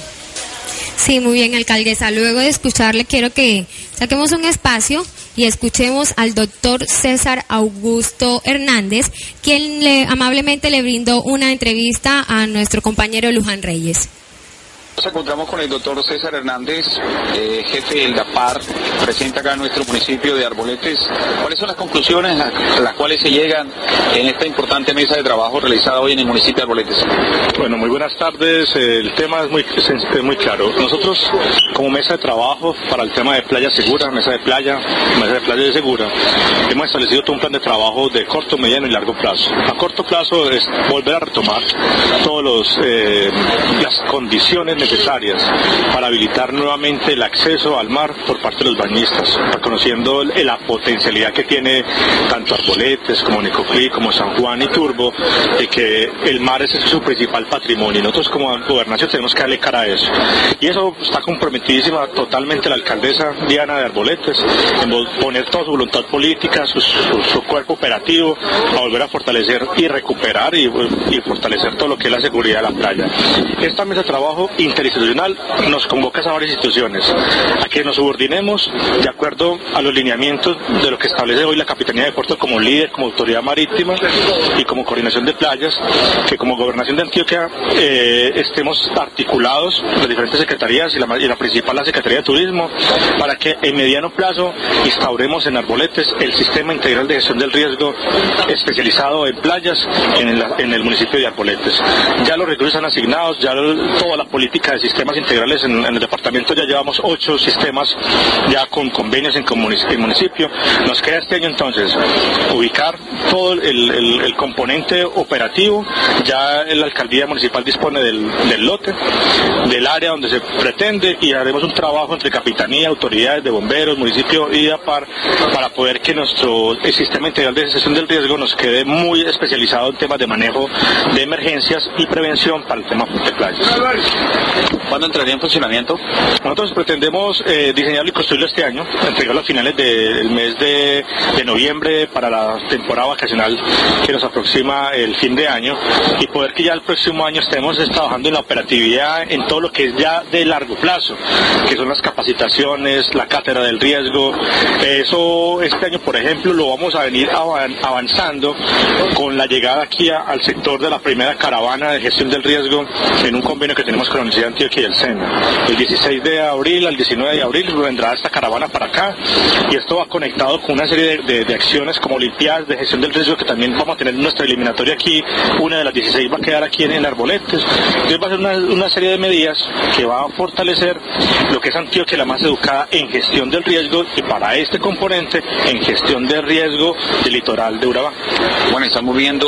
Sí, muy bien, alcaldesa. Luego de escucharle, quiero que saquemos un espacio y escuchemos al doctor César Augusto Hernández, quien le, amablemente le brindó una entrevista a nuestro compañero Luján Reyes. Nos encontramos con el doctor César Hernández, eh, jefe del D A P A R, presente acá en nuestro municipio de Arboletes. ¿Cuáles son las conclusiones a las cuales se llegan en esta importante mesa de trabajo realizada hoy en el municipio de Arboletes? Bueno, muy buenas tardes. El tema es muy, es muy claro. Nosotros, como mesa de trabajo para el tema de playa segura, mesa de playa, mesa de playa segura, hemos establecido todo un plan de trabajo de corto, mediano y largo plazo. A corto plazo es volver a retomar todos los eh, las condiciones necesarias para habilitar nuevamente el acceso al mar por parte de los bañistas, reconociendo la potencialidad que tiene tanto Arboletes como Necoclí, como San Juan y Turbo, de que el mar es su principal patrimonio. Nosotros como gobernación tenemos que darle cara a eso. Y eso está comprometidísima totalmente la alcaldesa Diana de Arboletes, en poner toda su voluntad política, su, su, su cuerpo operativo, a volver a fortalecer y recuperar y, y fortalecer todo lo que es la seguridad de la playa. Esta mesa de trabajo interinstitucional nos convoca a varias instituciones a que nos subordinemos de acuerdo a los lineamientos de lo que establece hoy la Capitanía de Puerto como líder, como autoridad marítima y como coordinación de playas, que como gobernación de Antioquia eh, estemos articulados las diferentes secretarías y la, y la principal, la Secretaría de Turismo, para que en mediano plazo instauremos en Arboletes el sistema integral de gestión del riesgo especializado en playas en el, en el municipio de Arboletes. Ya los recursos están asignados, ya el, toda la política de sistemas integrales en, en el departamento, ya llevamos ocho sistemas ya con convenios en el municipio. Nos queda este año entonces ubicar todo el, el, el componente operativo. Ya la alcaldía municipal dispone del, del lote, del área donde se pretende, y haremos un trabajo entre capitanía, autoridades de bomberos, municipio y D A P A R para poder que nuestro el sistema integral de gestión del riesgo nos quede muy especializado en temas de manejo de emergencias y prevención para el tema de playas. ¿Cuándo entraría en funcionamiento? Nosotros pretendemos eh, diseñarlo y construirlo este año, entregarlo a finales del mes de, de noviembre para la temporada vacacional que nos aproxima el fin de año, y poder que ya el próximo año estemos trabajando en la operatividad en todo lo que es ya de largo plazo, que son las capacitaciones, la cátedra del riesgo. Eso este año, por ejemplo, lo vamos a venir avanzando con la llegada aquí a, al sector de la primera caravana de gestión del riesgo en un convenio que tenemos con la Universidad de Antioquia y el SENA. El dieciséis de abril al diecinueve de abril vendrá esta caravana para acá, y esto va conectado con una serie de, de, de acciones como limpiadas, de gestión del riesgo, que también vamos a tener nuestra eliminatoria aquí, una de las dieciséis va a quedar aquí en, en Arboletes. Entonces va a ser una, una serie de medidas que va a fortalecer lo que es Antioquia, la más educada en gestión del riesgo, y para este componente en gestión del riesgo del litoral de Urabá. Bueno, estamos viendo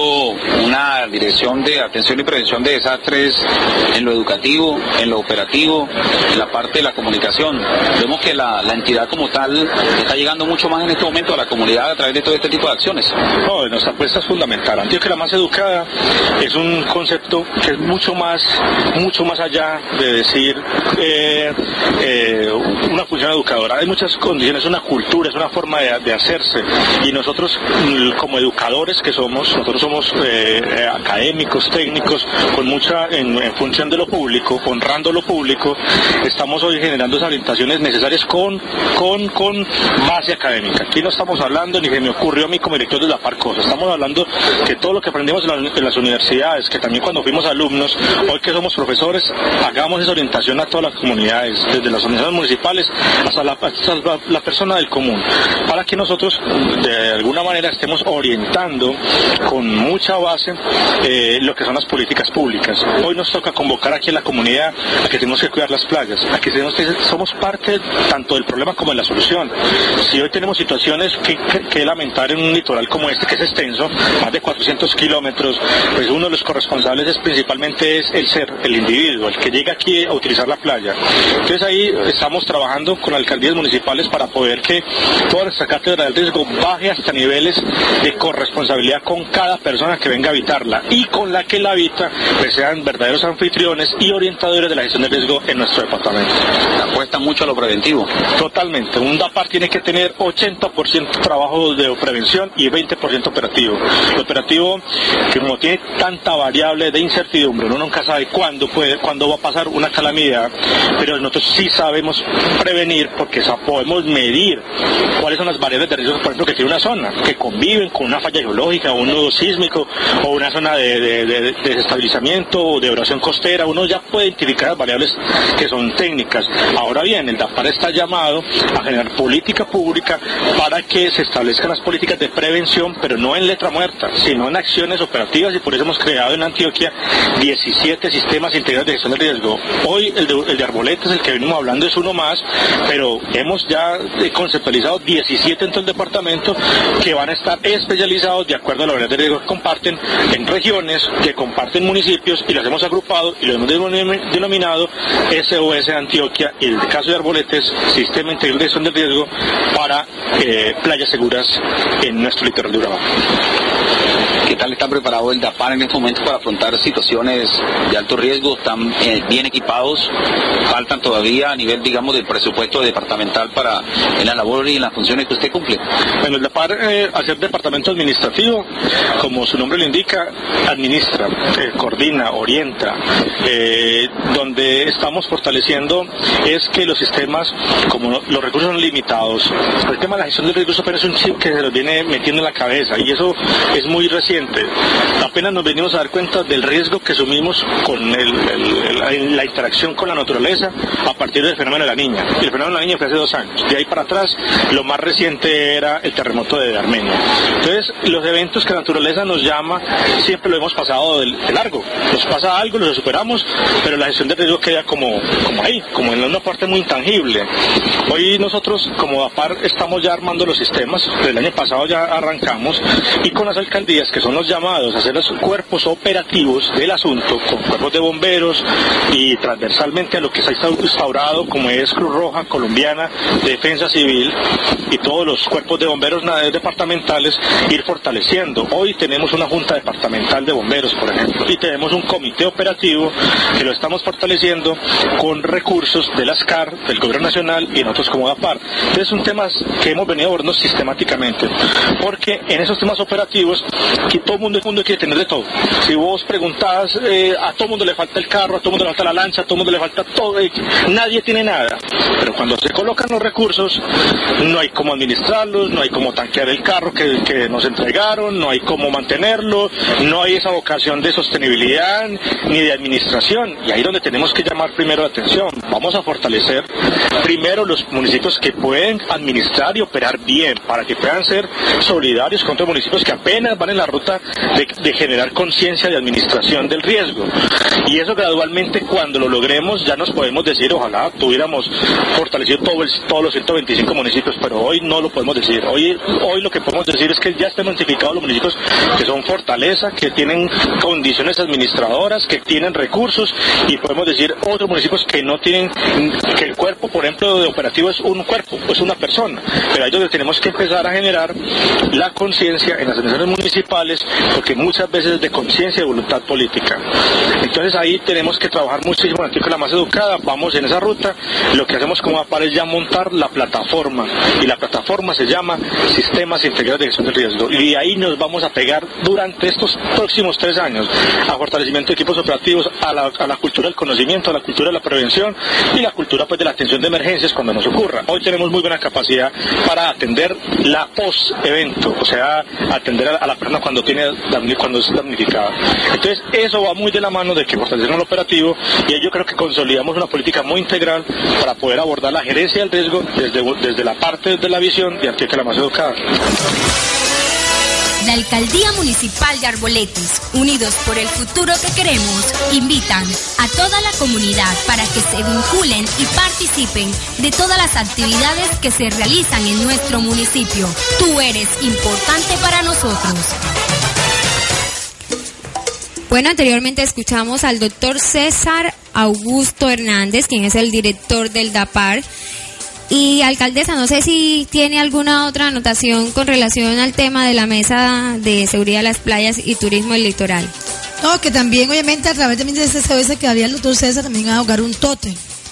una dirección de atención y prevención de desastres en lo educativo, en lo operativo, en la parte de la comunicación. Vemos que la, la entidad como tal está llegando mucho más en este momento a la comunidad a través de todo este tipo de acciones. No, nuestra apuesta es fundamental. Antioquia, la más educada, es un concepto que es mucho más, mucho más allá de decir eh, eh, una función educadora. Hay muchas condiciones, es una cultura, es una forma de, de hacerse, y nosotros como educadores que somos, nosotros somos eh, académicos, técnicos, con mucha en, en función de lo público, honrando lo público, estamos hoy generando esas orientaciones necesarias con, con, con base académica. Aquí no estamos hablando, ni se me ocurrió a mí como director de la par cosas, estamos hablando que todo lo que aprendimos en, la, en las universidades, que también cuando fuimos alumnos, hoy que somos profesores, hagamos esa orientación a todas las comunidades, desde las organizaciones municipales hasta la, hasta la, la persona del común, para que nosotros de alguna manera estemos orientando con mucha base eh, lo que son las políticas públicas. Hoy nos toca convocar aquí a la comunidad a que tenemos que cuidar las playas, a que tenemos que, somos parte tanto del problema como de la solución. Si hoy tenemos situaciones que, que, que lamentar en un litoral como este, que es extenso, más de cuatrocientos kilómetros, pues uno de los corresponsables es principalmente es el ser, el individuo, el que llega aquí a utilizar la playa. Entonces ahí estamos trabajando con alcaldías municipales para poder que toda nuestra cátedra del riesgo baje hasta niveles de corresponsabilidad con cada persona que venga a habitarla, y con la que la habita pues sean verdaderos anfitriones y orientadores de la gestión de riesgo en nuestro departamento. Apuesta mucho a lo preventivo. Totalmente. Un DAPAR tiene que tener ochenta por ciento trabajo de prevención y veinte por ciento operativo. Lo operativo, que como tiene tanta variable de incertidumbre, uno nunca sabe cuándo puede, cuándo va a pasar una calamidad, pero nosotros sí sabemos prevenir, porque podemos medir cuáles son las variables de riesgo, por ejemplo, que tiene una zona, que conviven con una falla geológica, o un nudo sísmico, o una zona de, de, de, de desestabilizamiento o de erosión costera. Uno ya puede identificar las variables que son técnicas. Ahora bien, el DAPAR está llamado a generar política pública para que se establezcan las políticas de prevención, pero no en letra muerta, sino en acciones operativas, y por eso hemos creado en Antioquia diecisiete sistemas integrados de gestión de riesgo. Hoy el de, el de Arboletes, el que venimos hablando, es uno más, pero hemos ya conceptualizado diecisiete en todo el departamento que van a estar especializados de acuerdo a la variedad de riesgo que comparten en regiones, que comparten municipios, y los hemos agrupado y lo hemos denominado S O S Antioquia, y en el caso de Arboletes, Sistema Integral de Gestión del Riesgo para eh, playas seguras en nuestro litoral de Urabá. ¿Qué tal está preparado el DAPAR en este momento para afrontar situaciones de alto riesgo? ¿Están eh, bien equipados? ¿Faltan todavía a nivel, digamos, del presupuesto departamental para en la labor y en las funciones que usted cumple? Bueno, el DAPAR, eh, al ser departamento administrativo, como su nombre lo indica, administra, eh, coordina, orienta. Eh, donde estamos fortaleciendo es que los sistemas, como los recursos son limitados, el tema de la gestión del riesgo apenas es un chip que se nos viene metiendo en la cabeza, y eso es muy reciente. Apenas nos venimos a dar cuenta del riesgo que asumimos con el, el, el, la interacción con la naturaleza a partir del fenómeno de la Niña. El fenómeno de la Niña fue hace dos años. De ahí para atrás, lo más reciente era el terremoto de Armenia. Entonces, los eventos que la naturaleza nos llama, siempre lo hemos pasado de, de largo. Nos pasa algo, lo superamos, pero la gestión de riesgo queda como, como ahí, como en una parte muy intangible. Hoy nosotros, como DAPAR, estamos ya armando los sistemas. El año pasado ya arrancamos, y con las alcaldías, que son los llamados a ser los cuerpos operativos del asunto, con cuerpos de bomberos, y transversalmente a lo que se ha instaurado, como es Cruz Roja Colombiana, Defensa Civil, y todos los cuerpos de bomberos departamentales, ir fortaleciendo. Hoy tenemos una junta departamental de bomberos, por ejemplo, y tenemos un comité operativo que lo estamos fortaleciendo con recursos de la S C A R, del Gobierno Nacional, y nosotros como DAPAR. Entonces son temas que hemos venido abordando sistemáticamente, porque en esos temas operativos, que todo el mundo, el mundo quiere tener de todo. Si vos preguntás, eh, a todo el mundo le falta el carro, a todo el mundo le falta la lancha, a todo el mundo le falta todo, eh, nadie tiene nada. Pero cuando se colocan los recursos, no hay cómo administrarlos, no hay cómo tanquear el carro que, que nos entregaron, no hay cómo mantenerlo, no hay esa vocación de sostenibilidad ni de administración. Y ahí es donde tenemos que llamar primero la atención. Vamos a fortalecer primero los municipios que pueden administrar y operar bien, para que puedan ser solidarios con otros municipios que apenas van en la ruta de, de generar conciencia de administración del riesgo. Y eso gradualmente, cuando lo logremos, ya nos podemos decir, ojalá tuviéramos fortalecido todo el, todos los ciento veinticinco municipios, pero hoy no lo podemos decir. Hoy, hoy lo que podemos decir es que ya están identificados los municipios que son fortaleza, que tienen condiciones administradoras, que tienen recursos, y podemos decir otros municipios que no tienen, que el cuerpo, por ejemplo, de operativo es un cuerpo, es una persona, pero ahí es donde tenemos que empezar a generar la conciencia en las administraciones municipales, porque muchas veces es de conciencia y de voluntad política. Entonces ahí tenemos que trabajar muchísimo en la más educada, vamos en esa ruta. Lo que hacemos como APAR es ya montar la plataforma, y la plataforma se llama Sistemas Integrados de Gestión del Riesgo, y ahí nos vamos a pegar durante estos próximos tres años a fortalecimiento de equipos operativos, a la, a la cultura del conocimiento, a la cultura de la prevención y la cultura pues de la atención de emergencias cuando nos ocurra. Hoy tenemos muy buena capacidad para atender la post-evento, o sea, atender a, a la persona cuando tiene cuando es damnificada. Entonces eso va muy de la mano de que fortalecemos el operativo, y ahí yo creo que consolidamos una política muy integral para poder abordar la gerencia del riesgo desde, desde la parte de la visión de Antioquia la más educada. La Alcaldía Municipal de Arboletes, unidos por el futuro que queremos, invitan a toda la comunidad para que se vinculen y participen de todas las actividades que se realizan en nuestro municipio. Tú eres importante para nosotros. Bueno, anteriormente escuchamos al doctor César Augusto Hernández, quien es el director del DAPAR. Y alcaldesa, no sé si tiene alguna otra anotación con relación al tema de la mesa de seguridad de las playas y turismo del litoral. No, que también obviamente a través también de ese C B S que había el doctor César también a ahogar un tótem.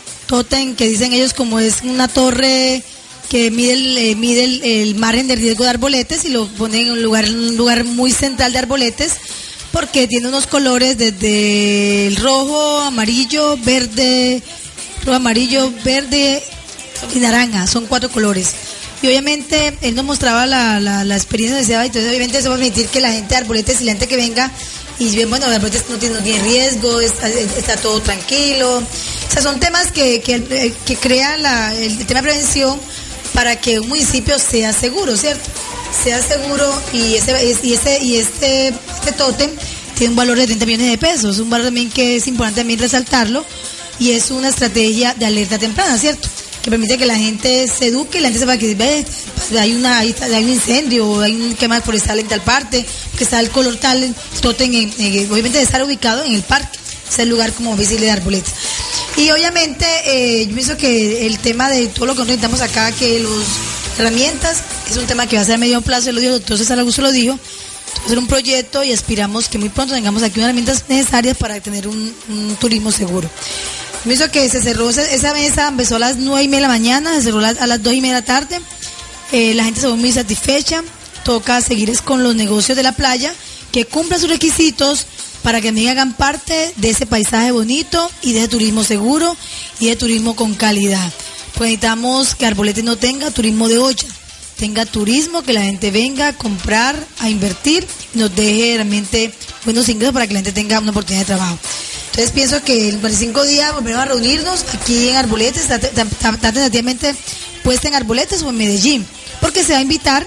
Tótem que dicen ellos como es una torre que mide el, eh, mide el, el margen de riesgo de Arboletes, y lo ponen en un lugar, un lugar muy central de Arboletes, porque tiene unos colores desde el rojo, amarillo, verde, rojo, amarillo, verde y naranja, son cuatro colores. Y obviamente él nos mostraba la, la, la experiencia de Seba, y entonces obviamente eso va a permitir que la gente de Arboletes y la gente que venga y bien, bueno, Arboletes no tiene, no tiene riesgo, está, está todo tranquilo. O sea, son temas que, que, que crea la, el tema de prevención para que un municipio sea seguro, ¿cierto? Sea seguro, y ese y este y este, este tótem tiene un valor de treinta millones de pesos, un valor también que es importante también resaltarlo, y es una estrategia de alerta temprana, ¿cierto? Que permite que la gente se eduque, la gente sepa que ve, hay una hay, hay un incendio, hay un quema forestal en tal parte, que está el color tal, el tótem, en, en, obviamente debe estar ubicado en el parque, es el lugar como visible de Arboletes. Y obviamente eh, yo pienso que el tema de todo lo que nosotros necesitamos acá, que las herramientas, es un tema que va a ser a medio plazo, lo dijo el doctor César Augusto, lo dijo, va a ser un proyecto, y aspiramos que muy pronto tengamos aquí unas herramientas necesarias para tener un, un turismo seguro. Me hizo que se cerró esa mesa, empezó a las nueve y media de la mañana, se cerró a las dos y media de la tarde, eh, la gente se fue muy satisfecha. Toca seguir es con los negocios de la playa, que cumplan sus requisitos para que también hagan parte de ese paisaje bonito y de ese turismo seguro y de turismo con calidad. Pues necesitamos que Arboletes no tenga turismo de olla, tenga turismo, que la gente venga a comprar, a invertir, y nos deje realmente buenos ingresos para que la gente tenga una oportunidad de trabajo. Entonces pienso que en cuarenta y cinco días volveremos a reunirnos aquí en Arboletes, está, está, está tentativamente puesta en Arboletes o en Medellín, porque se va a invitar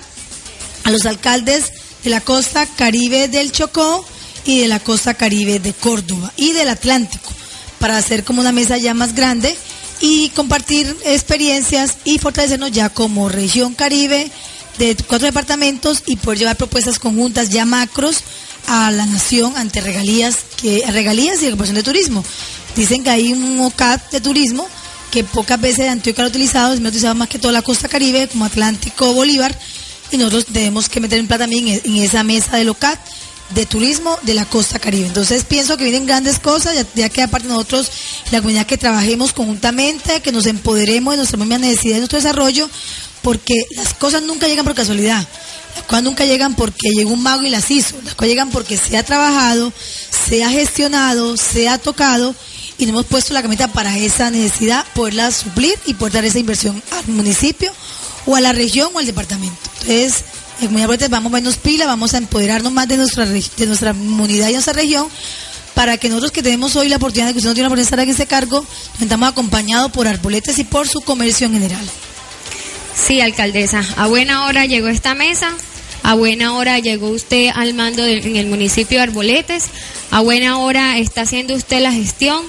a los alcaldes de la costa caribe del Chocó y de la costa caribe de Córdoba y del Atlántico, para hacer como una mesa ya más grande y compartir experiencias y fortalecernos ya como región caribe de cuatro departamentos, y poder llevar propuestas conjuntas ya macros a la nación ante regalías, que regalías y recuperación de turismo. Dicen que hay un O C A T de turismo que pocas veces Antioquia lo ha utilizado, es utilizado más que toda la costa caribe, como Atlántico, Bolívar, y nosotros tenemos que meter en plata también en esa mesa del O C A T de turismo de la costa caribe. Entonces pienso que vienen grandes cosas, ya, ya que aparte nosotros, la comunidad, que trabajemos conjuntamente, que nos empoderemos de nuestra misma necesidad, de nuestro desarrollo, porque las cosas nunca llegan por casualidad. Las cosas nunca llegan porque llegó un mago y las hizo. Las cosas llegan porque se ha trabajado, se ha gestionado, se ha tocado, y nos hemos puesto la camita para esa necesidad, poderla suplir y poder dar esa inversión al municipio o a la región o al departamento. Entonces, en Comunidad Arboletes vamos a vernos pila, vamos a empoderarnos más de nuestra de nuestra comunidad y nuestra región, para que nosotros que tenemos hoy la oportunidad de que usted no tiene la oportunidad de estar en este cargo, nos sintamos acompañados por Arboletes y por su comercio en general. Sí, alcaldesa, a buena hora llegó esta mesa, a buena hora llegó usted al mando de, en el municipio de Arboletes, a buena hora está haciendo usted la gestión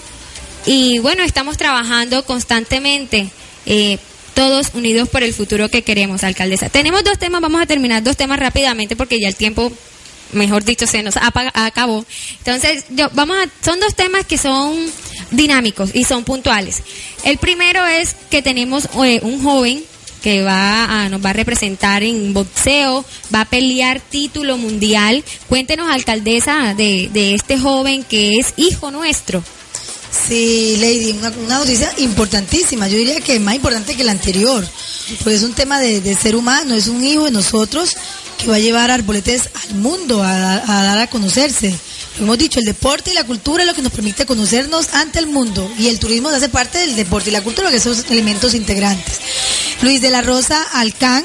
y bueno, estamos trabajando constantemente, eh, todos unidos por el futuro que queremos, alcaldesa. Tenemos dos temas, vamos a terminar dos temas rápidamente porque ya el tiempo, mejor dicho, se nos apaga, acabó. Entonces, yo, vamos a, son dos temas que son dinámicos y son puntuales. El primero es que tenemos eh, un joven que va a, nos va a representar en boxeo, va a pelear título mundial. Cuéntenos, alcaldesa, de, de este joven que es hijo nuestro. Sí, Lady, una, una noticia importantísima, yo diría que más importante que la anterior, porque es un tema de, de ser humano, es un hijo de nosotros que va a llevar a Arboletes al mundo, a, a dar a conocerse. Lo hemos dicho, el deporte y la cultura es lo que nos permite conocernos ante el mundo, y el turismo hace parte del deporte y la cultura, que son elementos integrantes. Luis de la Rosa Alcán,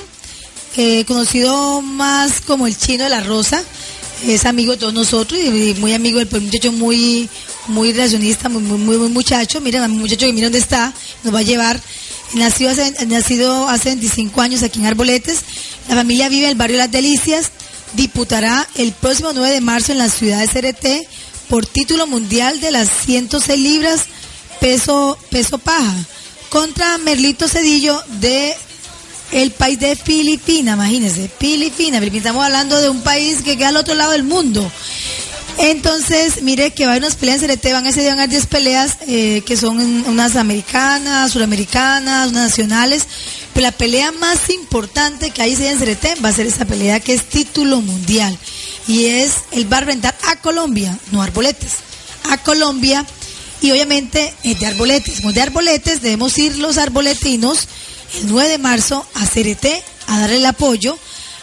eh, conocido más como el Chino de la Rosa, es amigo de todos nosotros y muy amigo del muchacho, muy muy relacionista, muy, muy, muy, muy muchacho. Miren, a mi muchacho que mira dónde está, nos va a llevar. Nacido hace, nacido hace veinticinco años aquí en Arboletes. La familia vive en el barrio Las Delicias. Diputará el próximo nueve de marzo en la ciudad de Cereté por título mundial de las ciento seis libras peso, peso paja contra Merlito Cedillo de el país de Filipinas. Imagínense, Filipinas. Filipinas, estamos hablando de un país que queda al otro lado del mundo. Entonces, mire que va a haber unas peleas en Cereté, van a ser van diez peleas, eh, que son unas americanas, suramericanas, unas nacionales, pero la pelea más importante que hay en Cereté va a ser esa pelea que es título mundial, y es, él va a enfrentar a Colombia, no a Arboletes, a Colombia, y obviamente es de Arboletes. Como de Arboletes debemos ir los arboletinos el nueve de marzo a Cereté a darle el apoyo,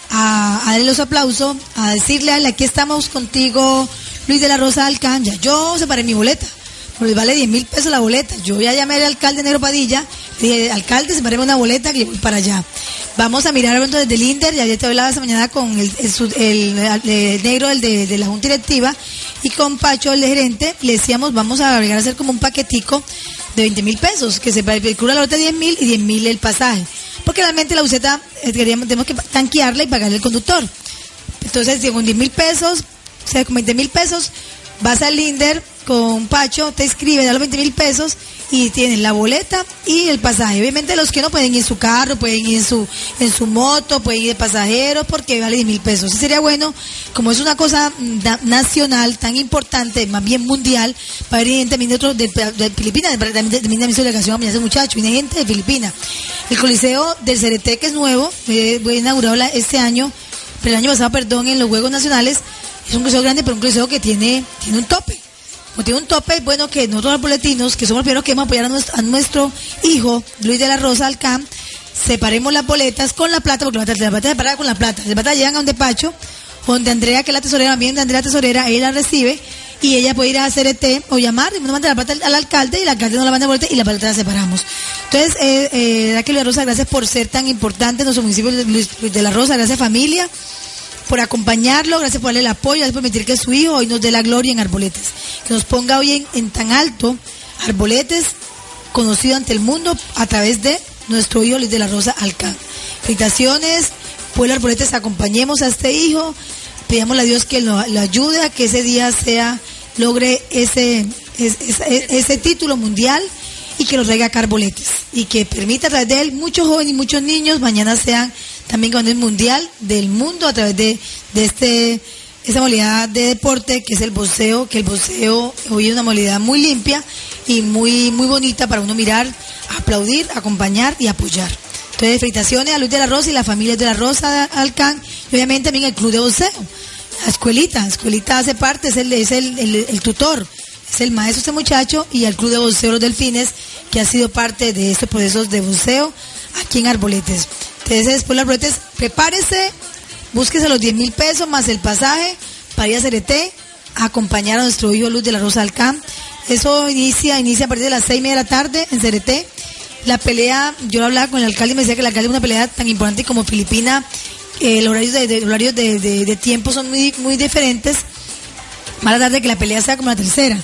A, a darle los aplausos, a decirle a él, aquí estamos contigo, Luis de la Rosa Alcán. Ya yo separé mi boleta, porque vale diez mil pesos la boleta. Yo ya llamé al alcalde Negro Padilla, le dije, alcalde, separemos una boleta que yo voy para allá. Vamos a mirar desde el Inder, ya te hablaba esta mañana con el, el, el, el, el negro, el de, de la Junta Directiva, y con Pacho, el de gerente, le decíamos, vamos a agregar a hacer como un paquetico de veinte mil pesos, que se cubra la boleta de diez mil y diez mil el pasaje. Porque realmente la buseta eh, queríamos, tenemos que tanquearla y pagarle al conductor. Entonces, con diez mil pesos, o sea, con veinte mil pesos, vas al Inder con Pacho, te inscribes, da los veinte mil pesos y tienes la boleta y el pasaje. Obviamente los que no pueden ir en su carro, pueden ir en su en su moto, pueden ir de pasajeros, porque vale diez mil pesos. Sería bueno, como es una cosa da, nacional tan importante, más bien mundial, para ir también de otros de, de Filipinas, también de, también de mi delegación, a ese muchacho, viene gente de Filipinas. El Coliseo del Cereté, que es nuevo, eh, fue inaugurado la, este año, pero el año pasado, perdón, en los Juegos Nacionales. Es un coliseo grande, pero un coliseo que tiene, tiene un tope. Como tiene un tope, es bueno que nosotros los boletinos, que somos los primeros que vamos a apoyar a nuestro, a nuestro hijo, Luis de la Rosa Alcán, separemos las boletas con la plata, porque la plata, la plata se separa con la plata. Las plata llegan a un despacho, donde Andrea, que es la tesorera, también de Andrea Tesorera, ella la recibe, y ella puede ir a hacer E T o llamar, y nos manda la plata al, al alcalde, y el alcalde nos la manda de boleta, y la plata la separamos. Entonces, eh, eh, Raquel de la Rosa, gracias por ser tan importante en nuestro municipio de Luis de la Rosa, gracias familia, por acompañarlo, gracias por darle el apoyo, gracias por permitir que su hijo hoy nos dé la gloria en Arboletes, que nos ponga hoy en, en tan alto Arboletes, conocido ante el mundo a través de nuestro hijo Luis de la Rosa Alcán. Felicitaciones, pueblo Arboletes, acompañemos a este hijo, pidámosle a Dios que lo, lo ayude a que ese día sea, logre ese, ese, ese, ese título mundial, y que lo traiga acá a Arboletes, y que permita a través de él muchos jóvenes y muchos niños mañana sean también con el mundial del mundo a través de, de este esa modalidad de deporte que es el boxeo, que el boxeo hoy es una modalidad muy limpia y muy muy bonita para uno mirar, aplaudir, acompañar y apoyar. Entonces, felicitaciones a Luis de la Rosa y la familia de la Rosa Alcán, y obviamente también el club de boxeo, la escuelita, la escuelita hace parte, es el, es el, el, el tutor, es el maestro este muchacho, y al club de boxeo Los Delfines, que ha sido parte de estos procesos de boxeo aquí en Arboletes. Entonces, después de Arboletes, prepárese, búsquese los diez mil pesos más el pasaje para ir a Cereté a acompañar a nuestro hijo Luz de la Rosa Alcán. Eso inicia, inicia a partir de las seis y media de la tarde en Cereté. La pelea, yo hablaba con el alcalde y me decía que el alcalde es una pelea tan importante como Filipina, eh, los horarios de, de, horarios de, de, de tiempo son muy, muy diferentes. Más la tarde que la pelea sea como la tercera,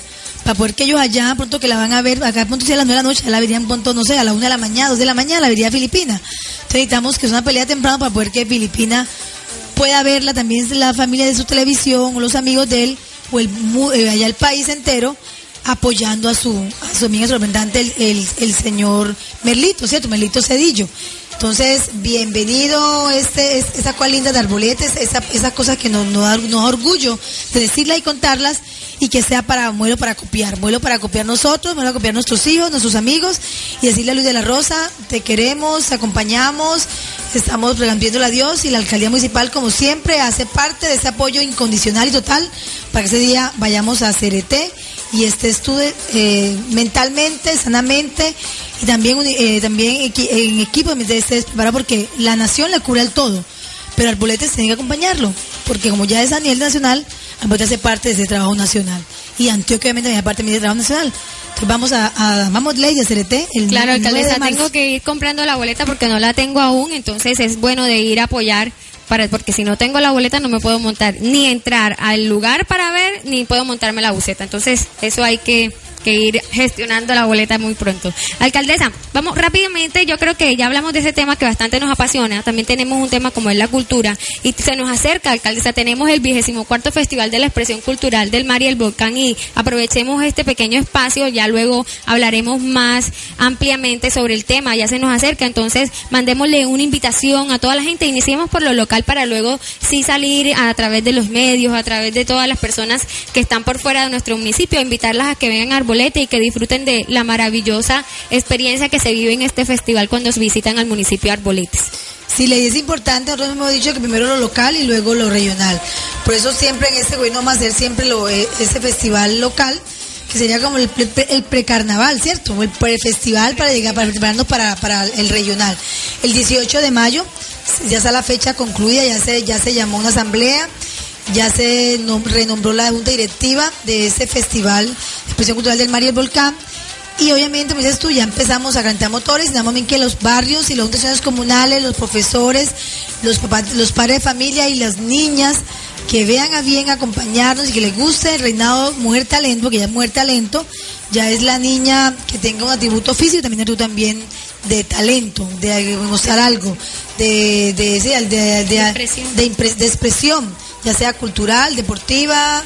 para poder que ellos allá, pronto que la van a ver, acá pronto si a las nueve de la noche, ya la verían pronto, no sé, a la una de la mañana, dos de la mañana, la vería Filipina. Entonces necesitamos que es una pelea temprano para poder que Filipina pueda verla, también la familia de su televisión, o los amigos de él, o el, eh, allá el país entero, apoyando a su, a su amiga, su representante, el, el, el señor Merlito, ¿cierto? Merlito Cedillo. Entonces, bienvenido este, este esa cual linda de Arboletes, esa, esas cosas que nos, nos, da, nos da orgullo de decirlas y contarlas, y que sea para modelo para copiar, modelo para copiar nosotros, modelo para copiar nuestros hijos, nuestros amigos, y decirle a Luis de la Rosa, te queremos, te acompañamos, estamos pidiéndole a Dios, y la alcaldía municipal, como siempre, hace parte de ese apoyo incondicional y total para que ese día vayamos a C R T y estés tú eh, mentalmente, sanamente, y también eh, también equi en equipo de estés preparado, porque la nación le cura el todo, pero Arboletes tiene que acompañarlo, porque como ya es a nivel nacional, Arboletes hace parte de ese trabajo nacional, y Antioquia obviamente hace parte de ese trabajo nacional. Entonces vamos a, a vamos ley de C R T el claro, el alcaldesa, tengo que ir comprando la boleta porque no la tengo aún, entonces es bueno de ir a apoyar, para, porque si no tengo la boleta no me puedo montar, ni entrar al lugar para ver, ni puedo montarme la buseta. Entonces eso hay que, que ir gestionando la boleta muy pronto. Alcaldesa, vamos rápidamente, yo creo que ya hablamos de ese tema que bastante nos apasiona, también tenemos un tema como es la cultura, y se nos acerca, alcaldesa, tenemos el vigésimo cuarto Festival de la Expresión Cultural del Mar y el Volcán, y aprovechemos este pequeño espacio, ya luego hablaremos más ampliamente sobre el tema, ya se nos acerca, entonces mandémosle una invitación a toda la gente, iniciemos por lo local para luego sí salir a través de los medios, a través de todas las personas que están por fuera de nuestro municipio, invitarlas a que vengan a Arbolete y que disfruten de la maravillosa experiencia que se vive en este festival cuando visitan al municipio de Arboletes. Sí, Ley, es importante, nosotros hemos dicho que primero lo local y luego lo regional. Por eso siempre en este gobierno vamos a hacer siempre lo, ese festival local, que sería como el, pre, el precarnaval, ¿cierto? El prefestival para llegar, para prepararnos para, para el regional. El dieciocho de mayo, ya está la fecha concluida, ya se, ya se llamó una asamblea, ya se renombró la junta directiva de este festival de Expresión Cultural del Mar y el Volcán, y obviamente, como dices tú, ya empezamos a calentar motores, y nada más bien que los barrios y las juntas comunales, los profesores, los papás, los padres de familia y las niñas que vean a bien acompañarnos y que les guste el reinado Mujer Talento, que ya es Mujer Talento, ya es la niña que tenga un atributo físico y también tú también de talento, de mostrar algo, de, de, de, de, de, de, expresión. de, impre, de expresión, ya sea cultural, deportiva,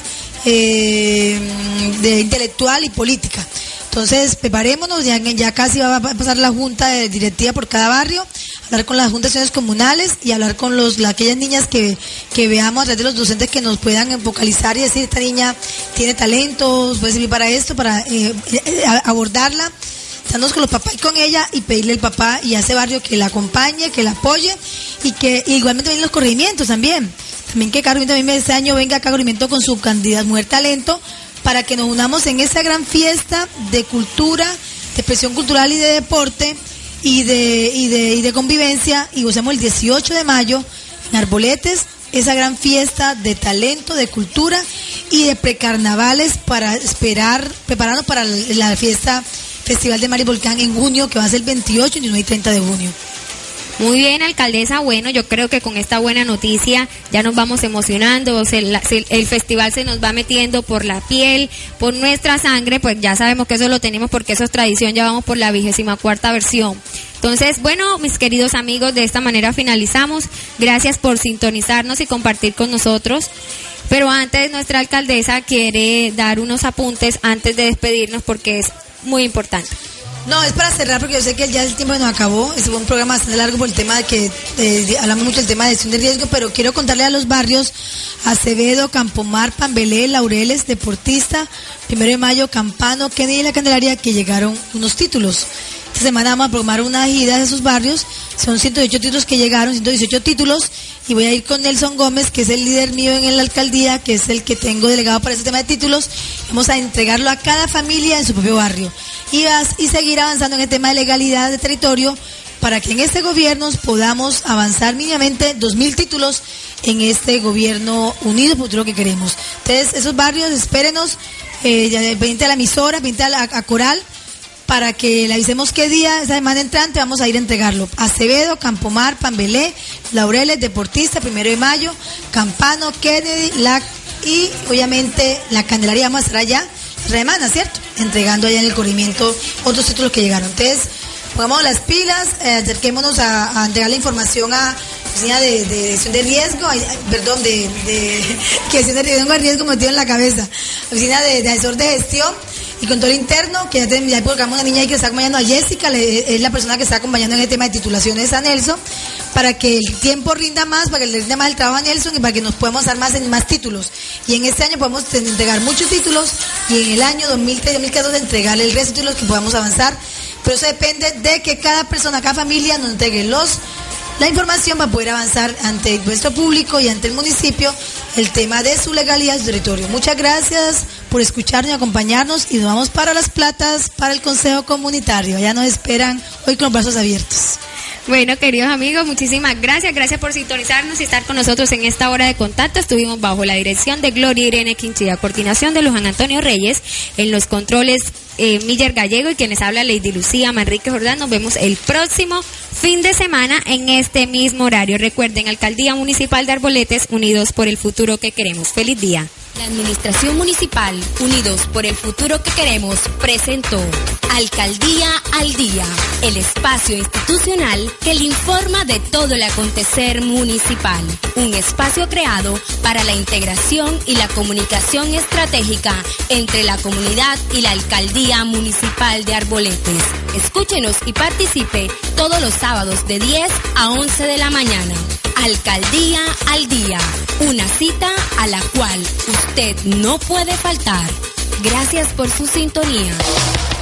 eh, de intelectual y política. Entonces, preparémonos, ya, ya casi va a pasar la junta de directiva por cada barrio, hablar con las juntas comunales y hablar con los aquellas niñas que, que veamos a través de los docentes que nos puedan focalizar y decir, esta niña tiene talentos, puede servir para esto, para eh, eh, abordarla, estarnos con los papás y con ella y pedirle al papá y a ese barrio que la acompañe, que la apoye, y que y igualmente vienen los corregimientos también. También que Carmen también este año venga acá a corregimiento con su candidata Mujer Talento, para que nos unamos en esa gran fiesta de cultura, de expresión cultural y de deporte y de, y de, y de convivencia, y gozamos el dieciocho de mayo en Arboletes, esa gran fiesta de talento, de cultura y de precarnavales para esperar, prepararnos para la fiesta Festival de Mar y Volcán en junio, que va a ser el veintiocho, veintinueve y treinta de junio. Muy bien, alcaldesa. Bueno, yo creo que con esta buena noticia ya nos vamos emocionando, o sea, la, se, el festival se nos va metiendo por la piel, por nuestra sangre, pues ya sabemos que eso lo tenemos porque eso es tradición, ya vamos por la vigésima cuarta versión. Entonces, bueno, mis queridos amigos, de esta manera finalizamos. Gracias por sintonizarnos y compartir con nosotros. Pero antes, nuestra alcaldesa quiere dar unos apuntes antes de despedirnos porque es muy importante. No, es para cerrar porque yo sé que ya el tiempo nos acabó. Es un programa bastante largo por el tema de que eh, hablamos mucho del tema de gestión de riesgo, pero quiero contarle a los barrios Acevedo, Campomar, Pambelé, Laureles, Deportista, Primero de Mayo, Campano, Kennedy y La Candelaria, que llegaron unos títulos. Esta semana vamos a programar una gira de esos barrios. Son ciento dieciocho títulos que llegaron, ciento dieciocho títulos, y voy a ir con Nelson Gómez, que es el líder mío en la alcaldía, que es el que tengo delegado para ese tema de títulos. Vamos a entregarlo a cada familia en su propio barrio y, y seguir avanzando en el tema de legalidad de territorio para que en este gobierno podamos avanzar mínimamente dos mil títulos en este gobierno unido futuro que queremos. Entonces, esos barrios, espérenos, eh, pendiente a la emisora, pendiente a, la, a Coral, para que le avisemos qué día, esa semana entrante, vamos a ir a entregarlo. Acevedo, Campomar, Pambelé, Laureles, Deportista, Primero de Mayo, Campano, Kennedy, La, y obviamente La Candelaria, vamos a estar allá. semana, ¿cierto? Entregando allá en el corrimiento otros títulos que llegaron. Entonces, pongamos las pilas, eh, acerquémonos a, a entregar la información a oficina de, de gestión de riesgo, ay, perdón, de, de que gestión de riesgo, riesgo metido en la cabeza, oficina de, de asesor de gestión y control interno, que ya, ten, ya colocamos una niña ahí que está acompañando a Jessica, le, es la persona que está acompañando en el tema de titulaciones a Nelson, para que el tiempo rinda más, para que le rinda más el trabajo a Nelson y para que nos podamos dar más en más títulos. Y en este año podemos entregar muchos títulos y en el año dos mil trece, dos mil catorce entregarle el resto de títulos que podamos avanzar. Pero eso depende de que cada persona, cada familia nos entregue los, la información para poder avanzar ante nuestro público y ante el municipio el tema de su legalidad y su territorio. Muchas gracias por escucharnos y acompañarnos y nos vamos para Las Platas, para el Consejo Comunitario. Allá nos esperan hoy con los brazos abiertos. Bueno, queridos amigos, muchísimas gracias. Gracias por sintonizarnos y estar con nosotros en esta hora de contacto. Estuvimos bajo la dirección de Gloria Irene Quinchilla, coordinación de Luis Antonio Reyes, en los controles eh, Miller Gallego y quienes habla Lady Lucía Manrique Jordán. Nos vemos el próximo fin de semana en este mismo horario. Recuerden, Alcaldía Municipal de Arboletes, unidos por el futuro que queremos. Feliz día. La Administración Municipal, unidos por el futuro que queremos, presentó Alcaldía al Día, el espacio institucional que le informa de todo el acontecer municipal. Un espacio creado para la integración y la comunicación estratégica entre la comunidad y la Alcaldía Municipal de Arboletes. Escúchenos y participe todos los sábados de diez a once de la mañana. Alcaldía al Día, una cita a la cual usted no puede faltar. Gracias por su sintonía.